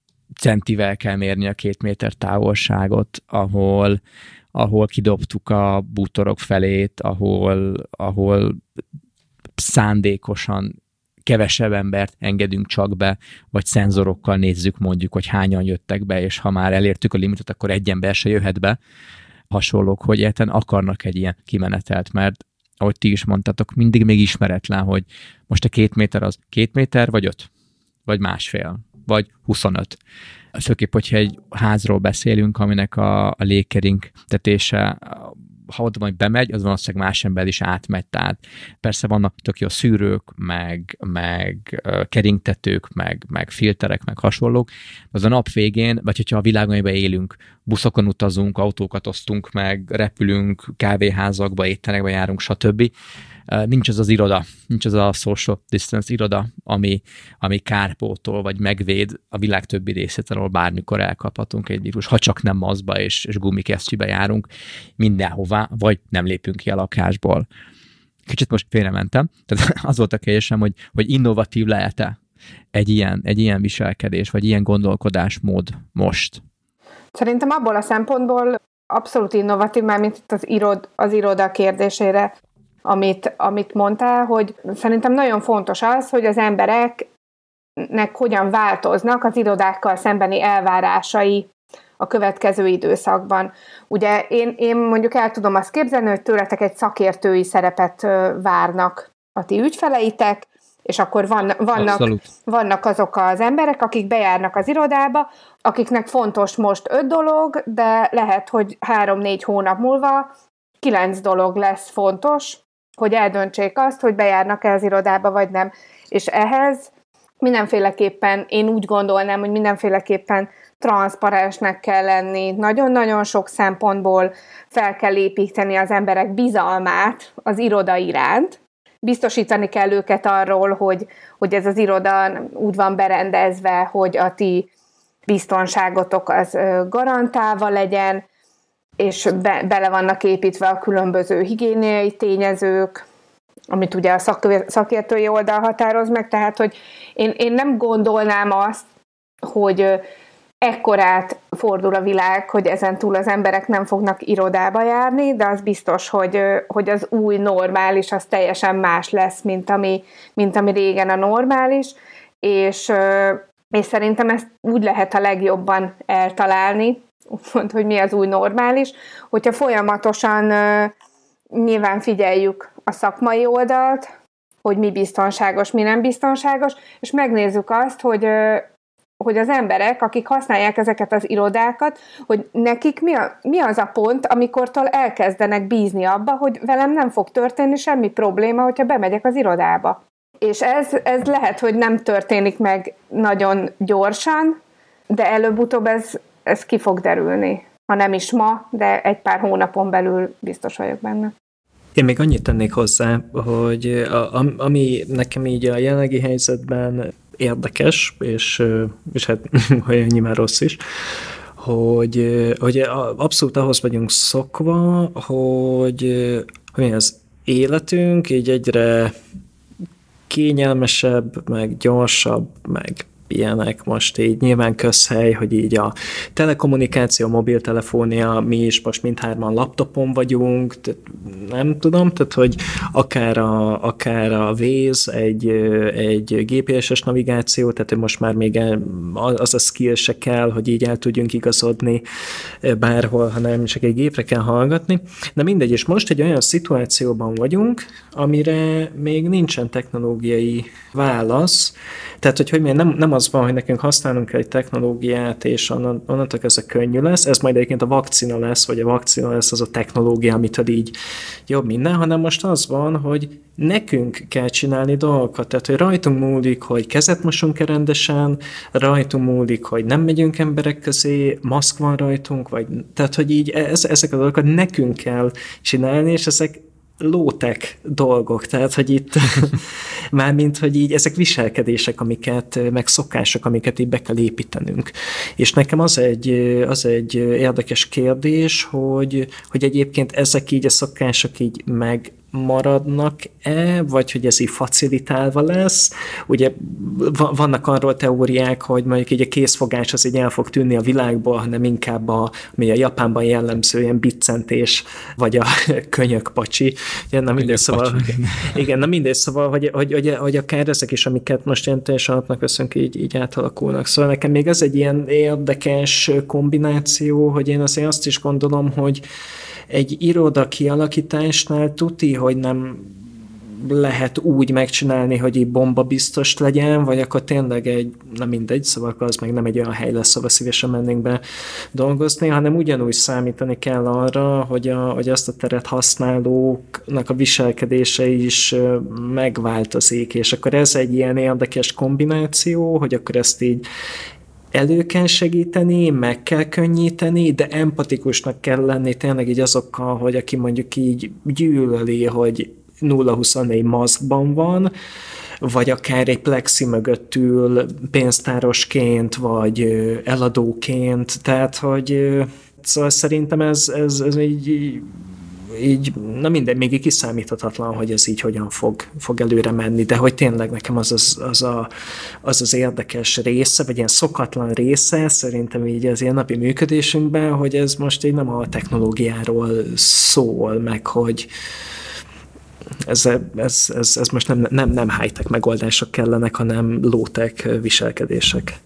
centivel kell mérni a két méter távolságot, ahol, ahol kidobtuk a bútorok felét, ahol, ahol szándékosan kevesebb embert engedünk csak be, vagy szenzorokkal nézzük mondjuk, hogy hányan jöttek be, és ha már elértük a limitet, akkor egy ember se jöhet be. Hasonlók, hogy érten akarnak egy ilyen kimenetelt, mert ahogy ti is mondtátok, mindig még ismeretlen, hogy most a két méter az két méter, vagy öt, vagy másfél, vagy huszonöt. Főképp, hogyha egy házról beszélünk, aminek a, a légkering tetése ha oda majd bemegy, az valószínűleg más ember is átmegy. Tehát persze vannak tök jó szűrők, meg, meg keringtetők, meg, meg filterek, meg hasonlók. Az a nap végén, vagy hogyha a világon, amiben élünk, buszokon utazunk, autókat osztunk meg, repülünk, kávéházakba, éttermekbe járunk, stb. Nincs az az iroda, nincs az a social distance iroda, ami, ami kárpótol, vagy megvéd a világ többi részét, ahol bármikor elkaphatunk egy vírus, ha csak nem maszkba és, és gumikesztyűbe járunk mindenhová, vagy nem lépünk ki a lakásból. Kicsit most félrementem, tehát az volt a kérdésem, hogy, hogy innovatív lehet-e egy ilyen, egy ilyen viselkedés, vagy ilyen gondolkodásmód most? Szerintem abból a szempontból abszolút innovatív, már mint itt az, irod, az iroda kérdésére, amit, amit mondtál, hogy szerintem nagyon fontos az, hogy az embereknek hogyan változnak az irodákkal szembeni elvárásai a következő időszakban. Ugye én, én mondjuk el tudom azt képzelni, hogy tőletek egy szakértői szerepet várnak a ti ügyfeleitek, és akkor van, vannak, vannak azok az emberek, akik bejárnak az irodába, akiknek fontos most öt dolog, de lehet, hogy három-négy hónap múlva kilenc dolog lesz fontos, hogy eldöntsék azt, hogy bejárnak-e az irodába, vagy nem. És ehhez mindenféleképpen, én úgy gondolnám, hogy mindenféleképpen transzparensnek kell lenni, nagyon-nagyon sok szempontból fel kell építeni az emberek bizalmát az iroda iránt, biztosítani kell őket arról, hogy, hogy ez az iroda úgy van berendezve, hogy a ti biztonságotok az garantálva legyen, és be, bele vannak építve a különböző higiéniai tényezők, amit ugye a szak, szakértői oldal határoz meg, tehát hogy én, én nem gondolnám azt, hogy ekkorát fordul a világ, hogy ezentúl az emberek nem fognak irodába járni, de az biztos, hogy, hogy az új normális az teljesen más lesz, mint ami, mint ami régen a normális, és, és szerintem ezt úgy lehet a legjobban eltalálni, úgymond, hogy mi az új normális, hogyha folyamatosan nyilván figyeljük a szakmai oldalt, hogy mi biztonságos, mi nem biztonságos, és megnézzük azt, hogy hogy az emberek, akik használják ezeket az irodákat, hogy nekik mi, a, mi az a pont, amikortól elkezdenek bízni abba, hogy velem nem fog történni semmi probléma, hogyha bemegyek az irodába. És ez, ez lehet, hogy nem történik meg nagyon gyorsan, de előbb-utóbb ez, ez ki fog derülni. Ha nem is ma, de egy pár hónapon belül biztos vagyok benne. Én még annyit tennék hozzá, hogy a, ami nekem így a jelenlegi helyzetben érdekes, és, és hát olyan nyilván rossz is, hogy, hogy abszolút ahhoz vagyunk szokva, hogy, hogy az életünk így egyre kényelmesebb, meg gyorsabb, meg ilyenek most így nyilván közhely, hogy így a telekommunikáció, mobiltelefónia, mi is most mindhárman laptopon vagyunk, nem tudom, tehát hogy akár a, akár a Waze, egy, egy gé pé es-es navigáció, tehát hogy most már még az a skill se kell, hogy így el tudjunk igazodni bárhol, hanem csak egy gépre kell hallgatni. De mindegy, és most egy olyan szituációban vagyunk, amire még nincsen technológiai válasz, tehát hogy, hogy nem, nem az van, hogy nekünk használnunk kell egy technológiát, és onnan, onnantól ez a könnyű lesz, ez majd egyébként a vakcina lesz, vagy a vakcina lesz az a technológia, amit így jobb minden, hanem most az van, hogy nekünk kell csinálni dolgokat, tehát hogy rajtunk múlik, hogy kezet mosunk-e rendesen, rajtunk múlik, hogy nem megyünk emberek közé, maszk van rajtunk, vagy, tehát hogy így ez, ezek a dolgokat nekünk kell csinálni, és ezek low-tech dolgok, tehát, hogy itt mármint, hogy így ezek viselkedések, amiket, meg szokások, amiket így be kell építenünk. És nekem az egy, az egy érdekes kérdés, hogy, hogy egyébként ezek így a szokások így megmaradnak-e, vagy hogy ez így facilitálva lesz. Ugye vannak arról teóriák, hogy mondjuk így a készfogás az így el fog tűnni a világból, hanem inkább a, ami a Japánban jellemző ilyen biccentés, vagy a könyökpacsi. Ja, na mindegy, szóval, igen, na mindegy, szóval, hogy, hogy, hogy, hogy akár ezek is, amiket most ilyen teljesen alapnak veszünk, így, így átalakulnak. Szóval nekem még ez egy ilyen érdekes kombináció, hogy én azért azt is gondolom, hogy egy iroda kialakításnál tuti, hogy nem lehet úgy megcsinálni, hogy így bomba biztos legyen, vagy akkor tényleg egy, na mindegy, szóval az meg nem egy olyan hely lesz, ahol szívesen mennénk be dolgozni, hanem ugyanúgy számítani kell arra, hogy, a, hogy azt a teret használóknak a viselkedése is megváltozik, és akkor ez egy ilyen érdekes kombináció, hogy akkor ezt így elő kell segíteni, meg kell könnyíteni, de empatikusnak kell lenni tényleg így azokkal, hogy aki mondjuk így gyűlöli, hogy nulla huszonnégy maszkban van, vagy akár egy plexi mögött ül pénztárosként, vagy eladóként, tehát, hogy szóval szerintem ez, ez, ez így, így, na mindegy, még kiszámíthatatlan, hogy ez így hogyan fog, fog előre menni, de hogy tényleg nekem az az, az, a, az az érdekes része, vagy ilyen szokatlan része, szerintem így az ilyen napi működésünkben, hogy ez most így nem a technológiáról szól, meg hogy Ez, ez, ez, ez most nem, nem, nem high-tech megoldások kellenek, hanem low-tech viselkedések.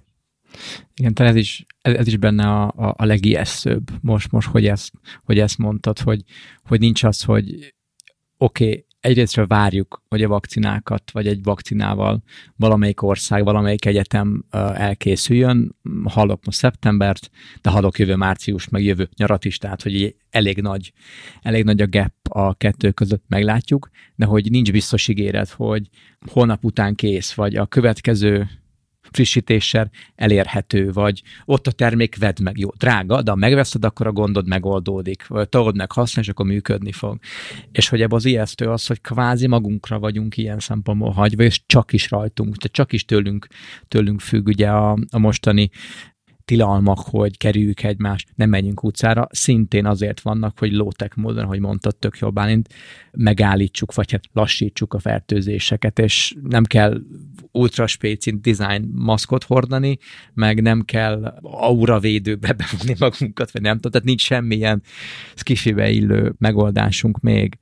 Igen, tehát ez is, ez, ez is benne a, a, a legijesztőbb most, most hogy, ezt, hogy ezt mondtad, hogy, hogy nincs az, hogy oké, okay, egyrésztről várjuk, hogy a vakcinákat, vagy egy vakcinával valamelyik ország, valamelyik egyetem elkészüljön. Hallok most szeptembert, de hallok jövő március, meg jövő nyarat is, tehát hogy elég nagy, elég nagy a gap a kettő között, meglátjuk, de hogy nincs biztos ígéret, hogy holnap után kész, vagy a következő frissítéssel elérhető, vagy ott a termék, vedd meg, jó, drága, de ha megveszed, akkor a gondod megoldódik, vagy told meg használni, és akkor működni fog. És hogy ebben az ijesztő az, hogy kvázi magunkra vagyunk ilyen szempontból hagyva, és csak is rajtunk, tehát csak is tőlünk, tőlünk függ ugye a, a mostani tilalmak, hogy kerüljük egymást, nem menjünk utcára, szintén azért vannak, hogy low-tech módon, ahogy mondtad, tök jobb Bálint, megállítsuk, vagy hát lassítsuk a fertőzéseket, és nem kell ultraspécin design maszkot hordani, meg nem kell auravédőbe bevonni magunkat, vagy nem tudom, tehát nincs semmilyen skifibe illő megoldásunk még.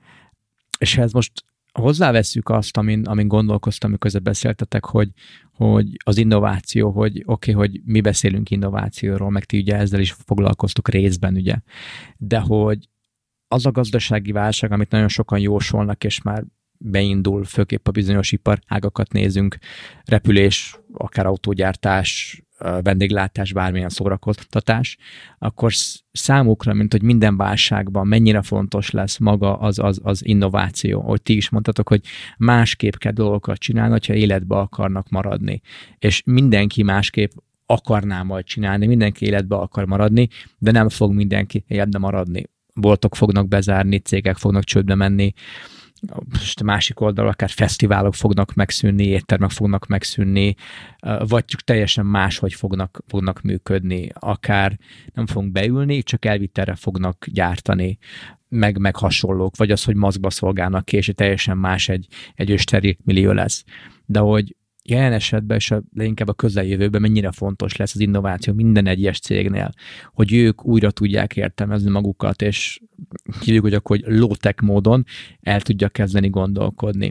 És ez most hozzáveszünk azt, amin, amin gondolkoztam, amikor beszéltetek, hogy, hogy az innováció, hogy oké, okay, hogy mi beszélünk innovációról, meg ti ugye ezzel is foglalkoztok részben, ugye, de hogy az a gazdasági válság, amit nagyon sokan jósolnak, és már beindul, főképp a bizonyos iparágakat nézünk, repülés, akár autógyártás, vendéglátás, bármilyen szórakoztatás, akkor számukra, mint hogy minden válságban mennyire fontos lesz maga az, az, az innováció. Hogy ti is mondtatok, hogy másképp kell dolgokat csinálni, hogyha életbe akarnak maradni. És mindenki másképp akarná majd csinálni, mindenki életbe akar maradni, de nem fog mindenki életbe maradni. Boltok fognak bezárni, cégek fognak csődbe menni, most a másik oldalon akár fesztiválok fognak megszűnni, éttermek fognak megszűnni, vagy csak teljesen máshogy fognak, fognak működni, akár nem fogunk beülni, csak elvittelre fognak gyártani, meg, meg hasonlók, vagy az, hogy maszkba szolgálnak ki, és teljesen más egy, egy ősteri millió lesz. De hogy jelen esetben, és a, leginkább a közeljövőben mennyire fontos lesz az innováció minden egyes cégnél, hogy ők újra tudják értelmezni magukat, és hívjuk, hogy akkor hogy low-tech módon el tudják kezdeni gondolkodni.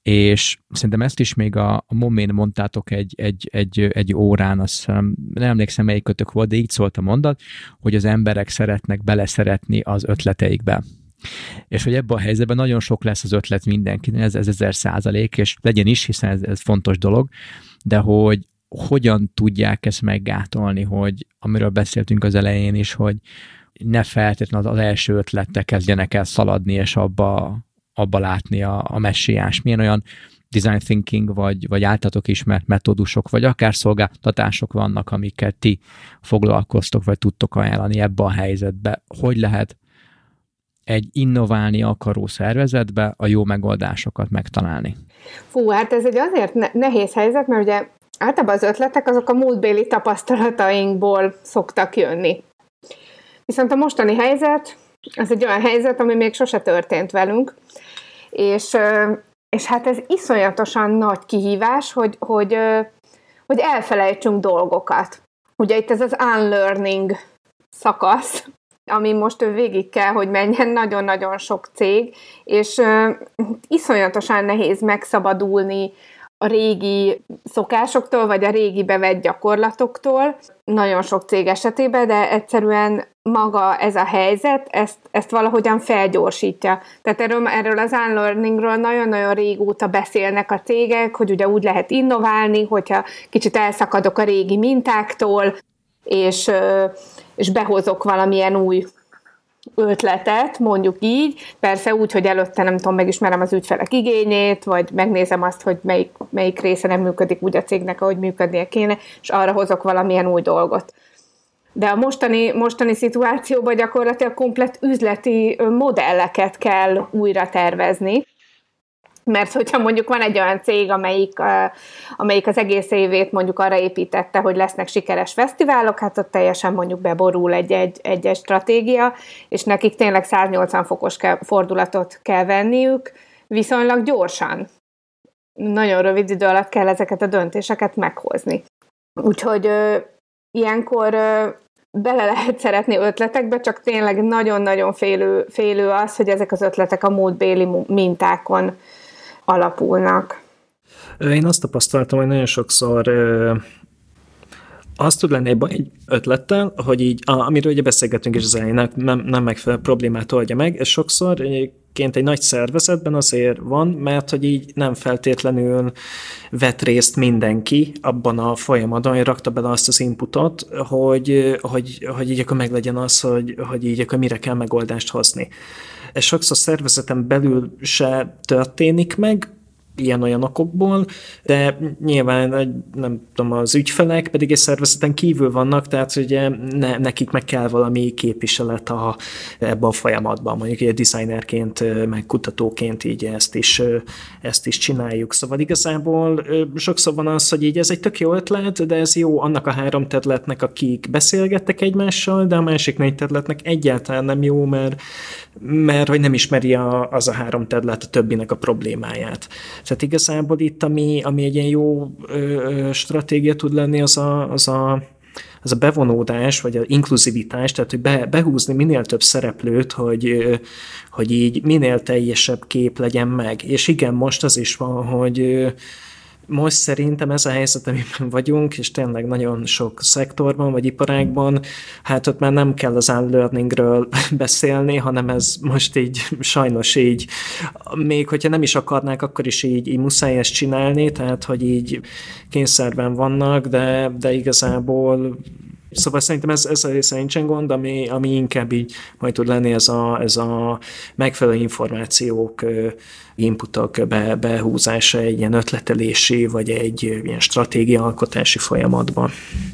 És szerintem ezt is még a, a momén mondtátok egy, egy, egy, egy órán, azt nem emlékszem, melyik kötök volt, de így szólt a mondat, hogy az emberek szeretnek beleszeretni az ötleteikbe. És hogy ebben a helyzetben nagyon sok lesz az ötlet mindenkinek, ez, ez ezer százalék, és legyen is, hiszen ez, ez fontos dolog, de hogy hogyan tudják ezt meggátolni, hogy amiről beszéltünk az elején is, hogy ne feltétlenül az első ötlettel kezdjenek el szaladni, és abba, abba látni a, a messiás. Milyen olyan design thinking, vagy, vagy általatok ismert metódusok, vagy akár szolgáltatások vannak, amiket ti foglalkoztok, vagy tudtok ajánlani ebbe a helyzetbe. Hogy lehet egy innoválni akaró szervezetbe a jó megoldásokat megtalálni? Fú, hát ez egy azért ne- nehéz helyzet, mert ugye általában az ötletek azok a múltbéli tapasztalatainkból szoktak jönni. Viszont a mostani helyzet, az egy olyan helyzet, ami még sose történt velünk, és, és hát ez iszonyatosan nagy kihívás, hogy, hogy, hogy elfelejtsünk dolgokat. Ugye itt ez az unlearning szakasz, ami most végig kell, hogy menjen nagyon-nagyon sok cég, és uh, iszonyatosan nehéz megszabadulni a régi szokásoktól, vagy a régi bevett gyakorlatoktól, nagyon sok cég esetében, de egyszerűen maga ez a helyzet, ezt, ezt valahogyan felgyorsítja. Tehát erről, erről az unlearningről nagyon-nagyon régóta beszélnek a cégek, hogy ugye úgy lehet innoválni, hogyha kicsit elszakadok a régi mintáktól, és, és behozok valamilyen új ötletet, mondjuk így, persze úgy, hogy előtte nem tudom, megismerem az ügyfelek igényét, vagy megnézem azt, hogy melyik, melyik része nem működik úgy a cégnek, ahogy működnie kéne, és arra hozok valamilyen új dolgot. De a mostani, mostani szituációban gyakorlatilag komplett üzleti modelleket kell újra tervezni, mert hogyha mondjuk van egy olyan cég, amelyik, amelyik az egész évét mondjuk arra építette, hogy lesznek sikeres fesztiválok, hát ott teljesen mondjuk beborul egy-egy, egy-egy stratégia, és nekik tényleg száznyolcvan fokos kell, fordulatot kell venniük, viszonylag gyorsan. Nagyon rövid idő alatt kell ezeket a döntéseket meghozni. Úgyhogy ö, ilyenkor ö, bele lehet szeretni ötletekbe, csak tényleg nagyon-nagyon félő, félő az, hogy ezek az ötletek a múltbéli mintákon alapulnak. Én azt tapasztaltam, hogy nagyon sokszor ö, azt tud lenni egy ötlettel, hogy így, a, amiről ugye beszélgetünk is az elején, nem, nem megfelelő problémát oldja meg, és sokszor egyébként egy nagy szervezetben azért van, mert hogy így nem feltétlenül vett részt mindenki abban a folyamatban, hogy rakta bele azt az inputot, hogy, hogy, hogy így akkor meglegyen az, hogy, hogy így akkor mire kell megoldást hozni. Ez sokszor szervezeten belül se történik meg, ilyen-olyan okokból, de nyilván nem tudom, az ügyfelek pedig egy szervezeten kívül vannak, tehát ugye ne, nekik meg kell valami képviselet a, ebben a folyamatban, mondjuk egy designerként, meg kutatóként így ezt is, ezt is csináljuk. Szóval igazából sokszor van az, hogy így ez egy tök jó ötlet, de ez jó annak a három területnek, akik beszélgettek egymással, de a másik négy területnek egyáltalán nem jó, mert, mert hogy nem ismeri a, az a három terület a többinek a problémáját. Tehát igazából itt, ami, ami egy ilyen jó ö, stratégia tud lenni, az a, az, a, az a bevonódás, vagy az inkluzivitás, tehát hogy be, behúzni minél több szereplőt, hogy, hogy így minél teljesebb kép legyen meg. És igen, most az is van, hogy most szerintem ez a helyzet, amiben vagyunk, és tényleg nagyon sok szektorban, vagy iparágban, hát ott már nem kell az unlearningről beszélni, hanem ez most így sajnos így, még hogyha nem is akarnák, akkor is így, így muszáj ezt csinálni, tehát hogy így kényszerben vannak, de, de igazából szóval szerintem ez, ez a része nincsen gond, ami, ami inkább így majd tud lenni ez a, ez a megfelelő információk, inputok be, behúzása egy ilyen ötletelési, vagy egy ilyen stratégiaalkotási folyamatban.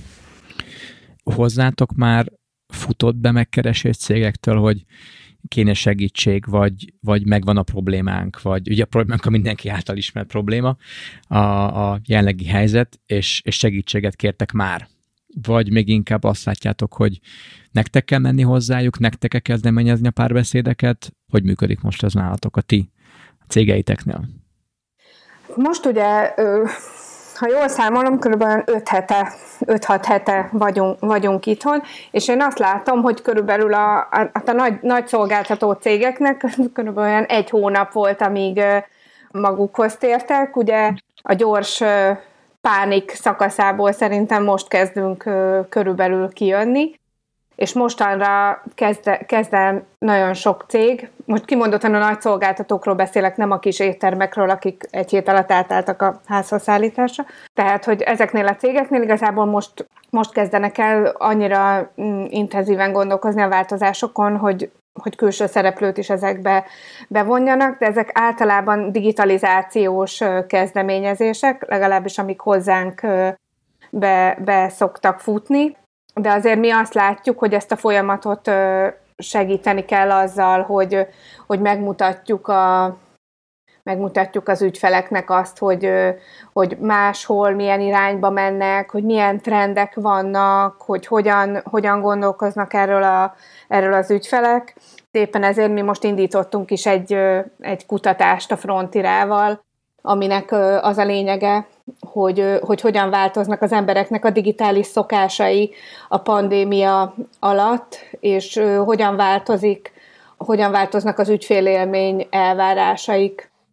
Hozzátok már futott be megkeresés cégektől, hogy kéne segítség, vagy, vagy megvan a problémánk, vagy ugye a problémánk a mindenki által ismert probléma, a, a jelenlegi helyzet, és, és segítséget kértek már? Vagy még inkább azt látjátok, hogy nektek kell menni hozzájuk, nektek kell kezdeményezni a párbeszédeket? Hogy működik most ez nálatok a ti cégeiteknél? Most ugye, ha jól számolom, körülbelül öt hete, öt-hat hete vagyunk, vagyunk itthon, és én azt látom, hogy körülbelül a, a, a nagy, nagy szolgáltató cégeknek körülbelül olyan egy hónap volt, amíg magukhoz tértek. Ugye a gyors pánik szakaszából szerintem most kezdünk körülbelül kijönni, és mostanra kezd, kezd el nagyon sok cég, most kimondottan a nagy szolgáltatókról beszélek, nem a kis éttermekről, akik egy hét alatt átálltak a házhoz szállításra. Tehát, hogy ezeknél a cégeknél igazából most, most kezdenek el annyira intenzíven gondolkozni a változásokon, hogy hogy külső szereplőt is ezekbe bevonjanak, de ezek általában digitalizációs kezdeményezések, legalábbis amik hozzánk be, be szoktak futni, de azért mi azt látjuk, hogy ezt a folyamatot segíteni kell azzal, hogy, hogy megmutatjuk, a, megmutatjuk az ügyfeleknek azt, hogy, hogy máshol milyen irányba mennek, hogy milyen trendek vannak, hogy hogyan, hogyan gondolkoznak erről, a, erről az ügyfelek. Éppen ezért mi most indítottunk is egy, egy kutatást a Frontirával, aminek az a lényege, hogy, hogy hogyan változnak az embereknek a digitális szokásai a pandémia alatt, és hogyan változik, hogyan változnak az ügyfélélmény elvárásaik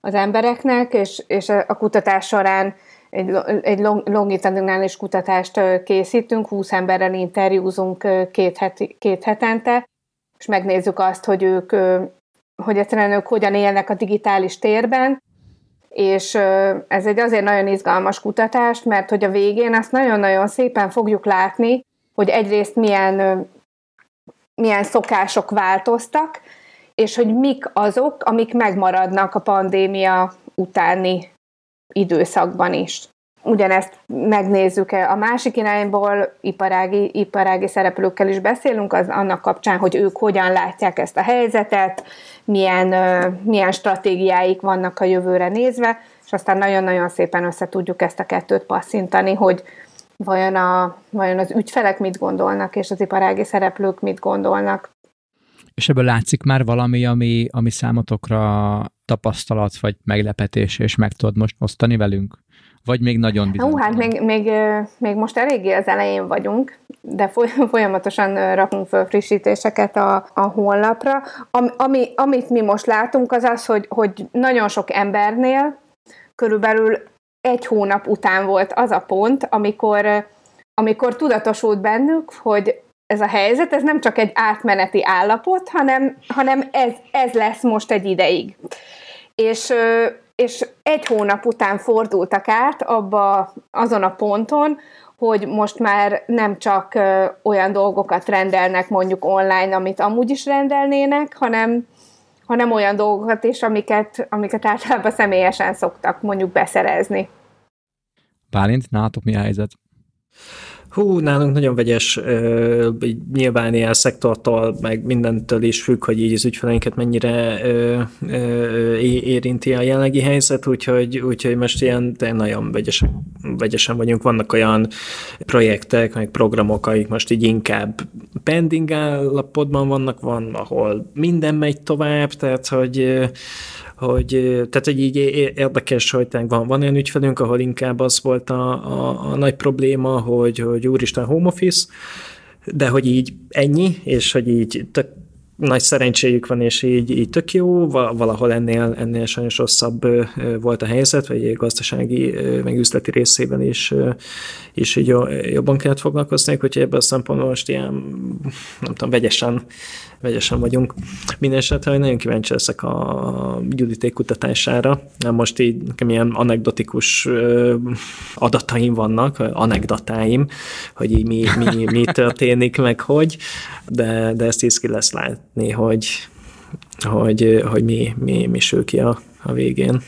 az embereknek, és, és a kutatás során egy, egy longitudinális kutatást készítünk, húsz emberrel interjúzunk két, heti, két hetente, és megnézzük azt, hogy ők, hogy egyszerűen ők hogyan élnek a digitális térben, és ez egy azért nagyon izgalmas kutatás, mert hogy a végén azt nagyon-nagyon szépen fogjuk látni, hogy egyrészt milyen, milyen szokások változtak, és hogy mik azok, amik megmaradnak a pandémia utáni időszakban is. Ugyanezt megnézzük a másik irányból, iparági, iparági szereplőkkel is beszélünk, az annak kapcsán, hogy ők hogyan látják ezt a helyzetet, milyen, milyen stratégiáik vannak a jövőre nézve, és aztán nagyon-nagyon szépen össze tudjuk ezt a kettőt passzintani, hogy vajon, a, vajon az ügyfelek mit gondolnak, és az iparági szereplők mit gondolnak. És ebből látszik már valami, ami, ami számotokra tapasztalat, vagy meglepetés, és meg tudod most osztani velünk? Vagy még nagyon bizonytalan? Hú, hát még, még, még most eléggé az elején vagyunk, de folyamatosan rakunk föl frissítéseket a, a honlapra. Am, ami, amit mi most látunk, az az, hogy, hogy nagyon sok embernél körülbelül egy hónap után volt az a pont, amikor, amikor tudatosult bennük, hogy ez a helyzet, ez nem csak egy átmeneti állapot, hanem, hanem ez, ez lesz most egy ideig. És, és egy hónap után fordultak át abba azon a ponton, hogy most már nem csak olyan dolgokat rendelnek mondjuk online, amit amúgy is rendelnének, hanem, hanem olyan dolgokat is, amiket, amiket általában személyesen szoktak mondjuk beszerezni. Bálint, nálatok mi a helyzet? Hú, nálunk nagyon vegyes, uh, nyilván ilyen szektortól, meg mindentől is függ, hogy így az ügyfeleinket mennyire uh, uh, érinti a jelenlegi helyzet, úgyhogy, úgyhogy most ilyen nagyon vegyes, vegyesen vagyunk. Vannak olyan projektek, meg programok, amik most így inkább pending állapotban vannak, van, ahol minden megy tovább, tehát hogy hogy, tehát, hogy így érdekes, hogy van, van olyan ügyfelünk, ahol inkább az volt a, a, a nagy probléma, hogy, hogy úristen home office, de hogy így ennyi, és hogy így tök nagy szerencséjük van, és így, így tök jó, valahol ennél, ennél sajnos rosszabb volt a helyzet, vagy gazdasági, meg üzleti részében is, is így jobban kellett foglalkozni, úgyhogy ebből a szempontból most ilyen, nem tudom, vegyesen, vegyesen vagyunk. Mindenesetre, hogy nagyon kíváncsi leszek a Juditék kutatására. Most így nekem ilyen anekdotikus adataim vannak, anekdotáim, hogy így mi, mi, mi történik, meg hogy, de, de ezt is ki lesz látni, hogy, hogy, hogy mi, mi, mi sül ki a, a végén.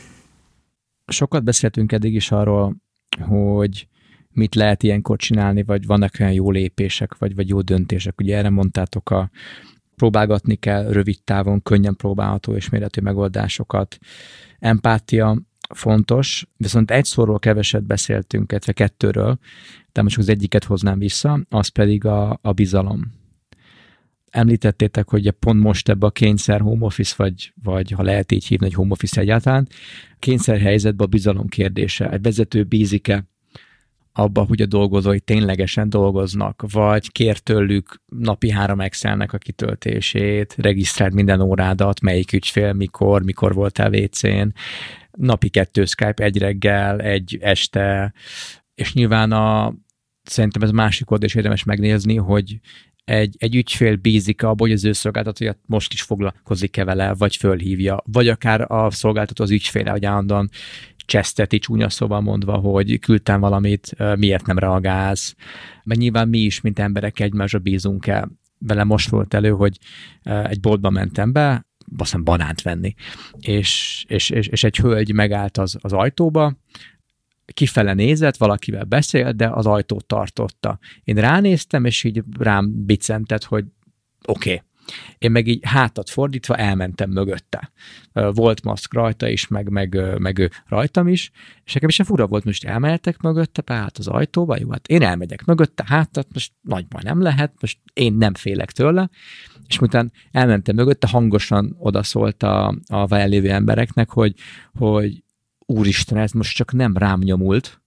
Sokat beszéltünk eddig is arról, hogy mit lehet ilyenkor csinálni, vagy vannak olyan jó lépések, vagy, vagy jó döntések. Ugye erre mondtátok, a próbálgatni kell rövid távon, könnyen próbálható és mérhető megoldásokat. Empátia fontos, viszont egy szóról keveset beszéltünk, illetve kettőről, de most az egyiket hoznám vissza, az pedig a, a bizalom. Említettétek, hogy pont most ebbe a kényszer home office, vagy, vagy ha lehet így hívni, hogy home office egyáltalán, kényszer helyzetben a bizalom kérdése. Egy vezető bízik-e abba, hogy a dolgozói ténylegesen dolgoznak, vagy kér tőlük napi három Excelnek a kitöltését, regisztráld minden órádat, melyik ügyfél, mikor, mikor voltál vécén, napi kettő Skype, egy reggel, egy este, és nyilván a, szerintem ez a másik oldal is érdemes megnézni, hogy egy, egy ügyfél bízik abba, hogy az ő szolgáltatója most is foglalkozik-e vele, vagy fölhívja, vagy akár a szolgáltató az ügyféle, hogy állandóan cseszteti, csúnya szóval mondva, hogy küldtem valamit, miért nem reagálsz. Mert nyilván mi is, mint emberek egymásra bízunk el. Vele most volt elő, hogy egy boltba mentem be, azt hiszem banánt venni, és, és, és, és egy hölgy megállt az, az ajtóba, kifele nézett, valakivel beszélt, de az ajtót tartotta. Én ránéztem, és így rám bicentett, hogy oké. Okay. Én meg így hátat fordítva elmentem mögötte. Volt maszk rajta is, meg, meg, meg ő rajtam is, és nekem is fura volt, most elmehetek mögötte, tehát az ajtóba, jó, hát én elmegyek mögötte, hátat, most nagy baj nem lehet, most én nem félek tőle, és miután elmentem mögötte, hangosan odaszólt a, a vele lévő embereknek, hogy, hogy úristen, ez most csak nem rám nyomult,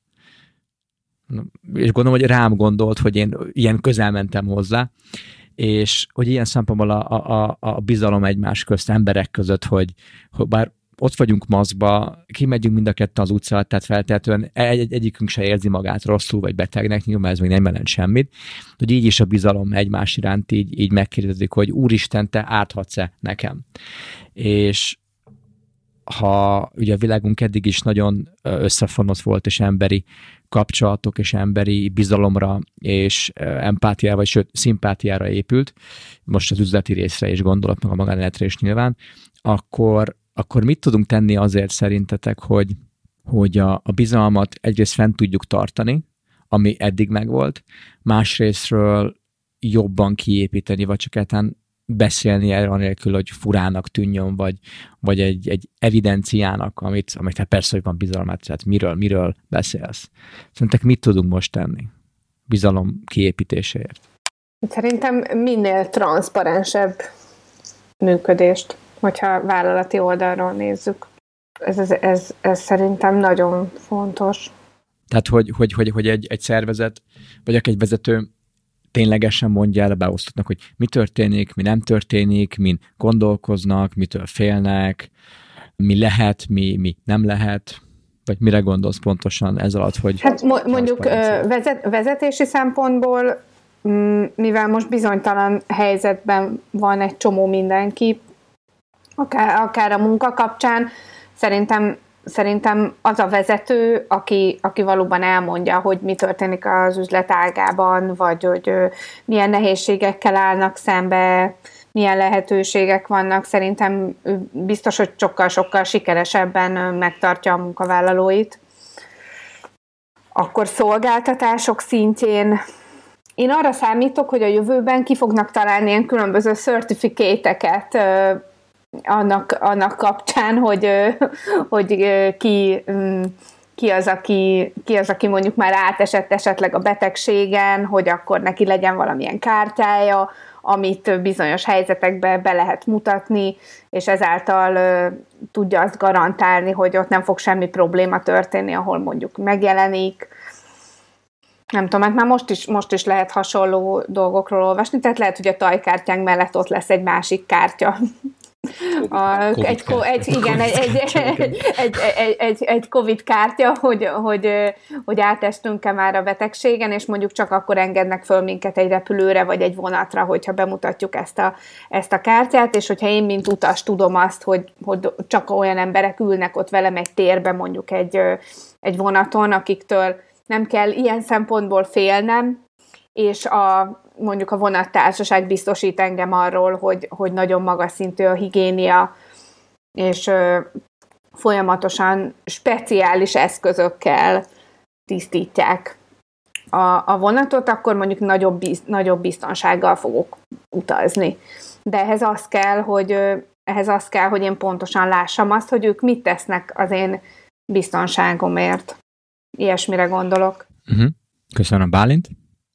és gondolom, hogy rám gondolt, hogy én ilyen közel mentem hozzá, és hogy ilyen szempontból a, a, a bizalom egymás közt, emberek között, hogy, hogy bár ott vagyunk maszkba, kimegyünk mind a ketten az utcát, tehát feltétlenül egy, egy, egyikünk se érzi magát rosszul vagy betegnek, nyilván ez még nem jelent semmit, hogy így is a bizalom egymás iránt így, így megkérdezik, hogy Úristen, te árthatsz-e nekem? És ha ugye a világunk eddig is nagyon összefonott volt, és emberi kapcsolatok, és emberi bizalomra, és empátiára, vagy sőt, szimpátiára épült, most az üzleti részre is gondolok, meg a magánéletre is nyilván, akkor, akkor mit tudunk tenni azért szerintetek, hogy, hogy a, a bizalmat egyrészt fent tudjuk tartani, ami eddig megvolt, másrésztről jobban kiépíteni, vagy csak egyáltalán beszélni erről anélkül, hogy furának tűnjön, vagy, vagy egy, egy evidenciának, amit, amit hát persze, hogy van bizalmat, tehát miről, miről beszélsz. Szerintek mit tudunk most tenni bizalom kiépítéséért? Szerintem minél transzparensebb működést, hogyha vállalati oldalról nézzük. Ez, ez, ez, ez szerintem nagyon fontos. Tehát, hogy, hogy, hogy, hogy egy, egy szervezet, vagy egy vezető ténylegesen mondja el, beosztottnak, hogy mi történik, mi nem történik, min gondolkoznak, mitől félnek, mi lehet, mi, mi nem lehet, vagy mire gondolsz pontosan ez alatt, hogy... Hát mondjuk vezet, vezetési szempontból, mivel most bizonytalan helyzetben van egy csomó mindenki, akár, akár a munka kapcsán, szerintem Szerintem az a vezető, aki, aki valóban elmondja, hogy mi történik az üzletágában, vagy hogy milyen nehézségekkel állnak szembe, milyen lehetőségek vannak, szerintem biztos, hogy sokkal-sokkal sikeresebben megtartja a munkavállalóit. Akkor szolgáltatások szintjén én arra számítok, hogy a jövőben ki fognak találni ilyen különböző certificate-eket, Annak, annak kapcsán, hogy, hogy ki, ki, az, aki, ki az, aki mondjuk már átesett esetleg a betegségen, hogy akkor neki legyen valamilyen kártyája, amit bizonyos helyzetekbe be lehet mutatni, és ezáltal tudja azt garantálni, hogy ott nem fog semmi probléma történni, ahol mondjuk megjelenik. Nem tudom, hát már most is, most is lehet hasonló dolgokról olvasni, tehát lehet, hogy a tajkártyánk mellett ott lesz egy másik kártya. A, egy, egy, igen, egy, egy, egy, egy, egy, egy, egy Covid kártya, hogy, hogy, hogy átestünk-e már a betegségen, és mondjuk csak akkor engednek föl minket egy repülőre, vagy egy vonatra, hogyha bemutatjuk ezt a, ezt a kártyát, és hogyha én, mint utas tudom azt, hogy, hogy csak olyan emberek ülnek ott velem egy térbe, mondjuk egy, egy vonaton, akiktől nem kell ilyen szempontból félnem, és a mondjuk a vonattársaság biztosít engem arról, hogy, hogy nagyon magas szintű a higiénia, és ö, folyamatosan speciális eszközökkel tisztítják a, a vonatot, akkor mondjuk nagyobb, biz, nagyobb biztonsággal fogok utazni. De ehhez az kell, hogy, ö, ehhez az kell, hogy én pontosan lássam azt, hogy ők mit tesznek az én biztonságomért. Ilyesmire gondolok. Uh-huh. Köszönöm, Bálint.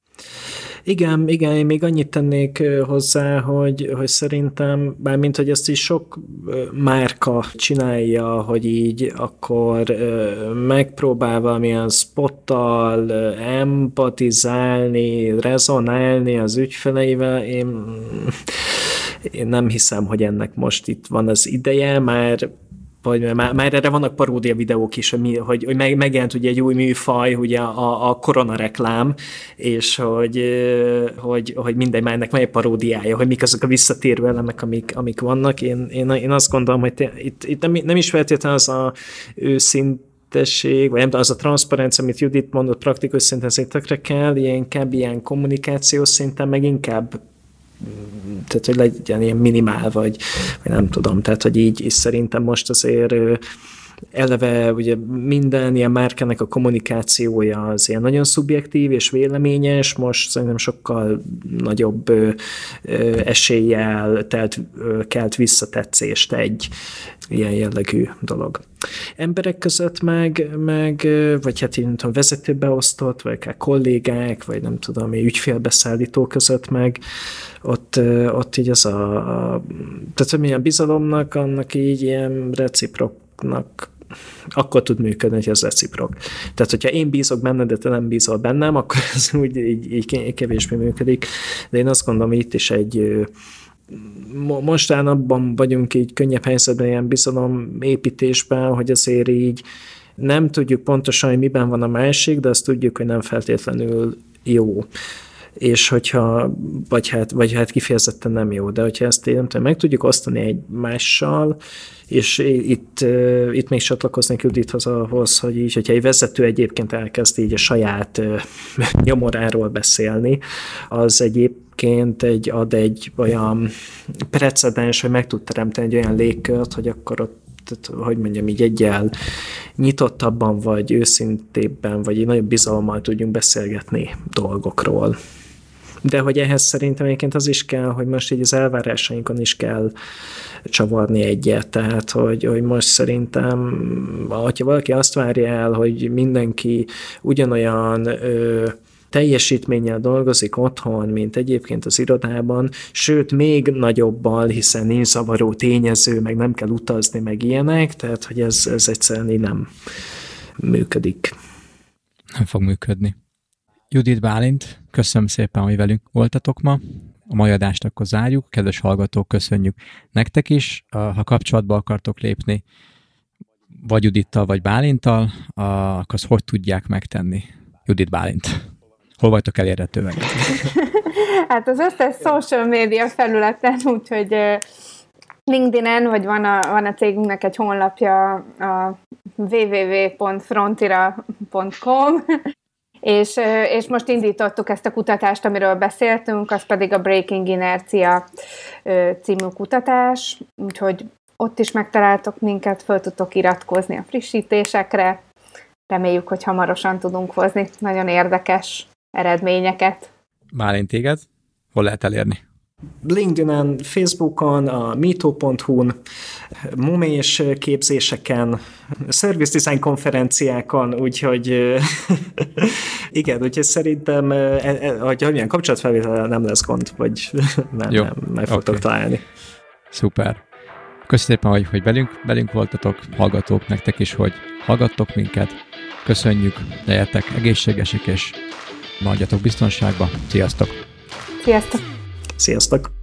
Igen, igen, én még annyit tennék hozzá, hogy, hogy szerintem, bármint, hogy ezt is sok márka csinálja, hogy így akkor megpróbál valamilyen spottal empatizálni, rezonálni az ügyfeleivel, én, én nem hiszem, hogy ennek most itt van az ideje, már hogy már, már erre vannak paródia videók is, hogy, hogy, hogy meg, megjelent ugye egy új műfaj, ugye a, a koronareklám, és hogy, hogy, hogy mindegy, már ennek van egy paródiája, hogy mik azok a visszatérő elemek, amik, amik vannak. Én, én, én azt gondolom, hogy te, itt, itt nem, nem is feltétlenül az a őszintesség, vagy nem az a transzparencia, amit Judit mondott, praktikus szinten tökre kell, ilyen, inkább ilyen kommunikációs szinten, meg inkább tehát, hogy legyen ilyen minimál, vagy, vagy nem tudom, tehát, hogy így is szerintem most azért eleve ugye minden ilyen márkának a kommunikációja az ilyen nagyon szubjektív és véleményes, most szerintem sokkal nagyobb ö, ö, eséllyel telt, ö, kelt visszatetszést egy ilyen jellegű dolog. Emberek között meg, meg vagy hát így nem tudom, vezetőbeosztott, vagy akár kollégák, vagy nem tudom, ügyfélbeszállító között meg, ott, ott így az a, a tehát hogy milyen bizalomnak, annak így ilyen reciproknak akkor tud működni, hogy ez reciprok. Tehát, hogyha én bízok benned, de te nem bízol bennem, akkor ez úgy így, így kevésbé működik. De én azt gondolom, hogy itt is egy mostán abban vagyunk így könnyebb helyzetben, ilyen bizalomépítésben, hogy azért így nem tudjuk pontosan, hogy miben van a másik, de azt tudjuk, hogy nem feltétlenül jó. És hogyha, vagy hát, vagy hát kifejezetten nem jó, de hogyha ezt nem tudom, meg tudjuk osztani egymással, és itt, itt még csatlakoznék Judithoz ahhoz, hogy így, hogyha egy vezető egyébként elkezd így a saját nyomoráról beszélni, az egyébként egy, ad egy olyan precedens, hogy meg tud teremteni egy olyan légkört, hogy akkor ott, hogy mondjam, így egyel nyitottabban, vagy őszintébben, vagy nagyobb bizalommal tudjunk beszélgetni dolgokról. De hogy ehhez szerintem egyébként az is kell, hogy most így az elvárásainkon is kell csavarni egyet. Tehát, hogy, hogy most szerintem, hogyha valaki azt várja el, hogy mindenki ugyanolyan ö, teljesítménnyel dolgozik otthon, mint egyébként az irodában, sőt, még nagyobbal, hiszen nincs zavaró tényező, meg nem kell utazni, meg ilyenek, tehát, hogy ez, ez egyszerűen nem működik. Nem fog működni. Judit, Bálint, köszönöm szépen, hogy velünk voltatok ma. A mai adást akkor zárjuk. Kedves hallgatók, köszönjük nektek is. Ha kapcsolatba akartok lépni, vagy Judittal, vagy Bálinttal, akkor azt hogy tudják megtenni? Judit, Bálint. Hol vagytok elérhetőek? Hát az összes social media felületen, úgyhogy LinkedIn-en, vagy van a, van a cégünknek egy honlapja, a double-u double-u double-u pont frontira pont com, és, és most indítottuk ezt a kutatást, amiről beszéltünk, az pedig a Breaking Inertia című kutatás, úgyhogy ott is megtaláltok minket, föl tudtok iratkozni a frissítésekre, reméljük, hogy hamarosan tudunk hozni nagyon érdekes eredményeket. Bálint, téged? Hol lehet elérni? LinkedIn-en, Facebookon, a meeto pont hu-n, mumés képzéseken, service design konferenciákon, úgyhogy igen, úgyhogy szerintem hogy milyen kapcsolatfelvétel nem lesz gond, vagy nem, Jó, nem meg fogtok okay. találni. Szuper. Köszönöm szépen, hogy, hogy velünk, velünk voltatok, hallgatók, nektek is, hogy hallgattok minket. Köszönjük, legyetek egészségesek, és maradjatok biztonságban. Sziasztok! Sziasztok! Sziasztok!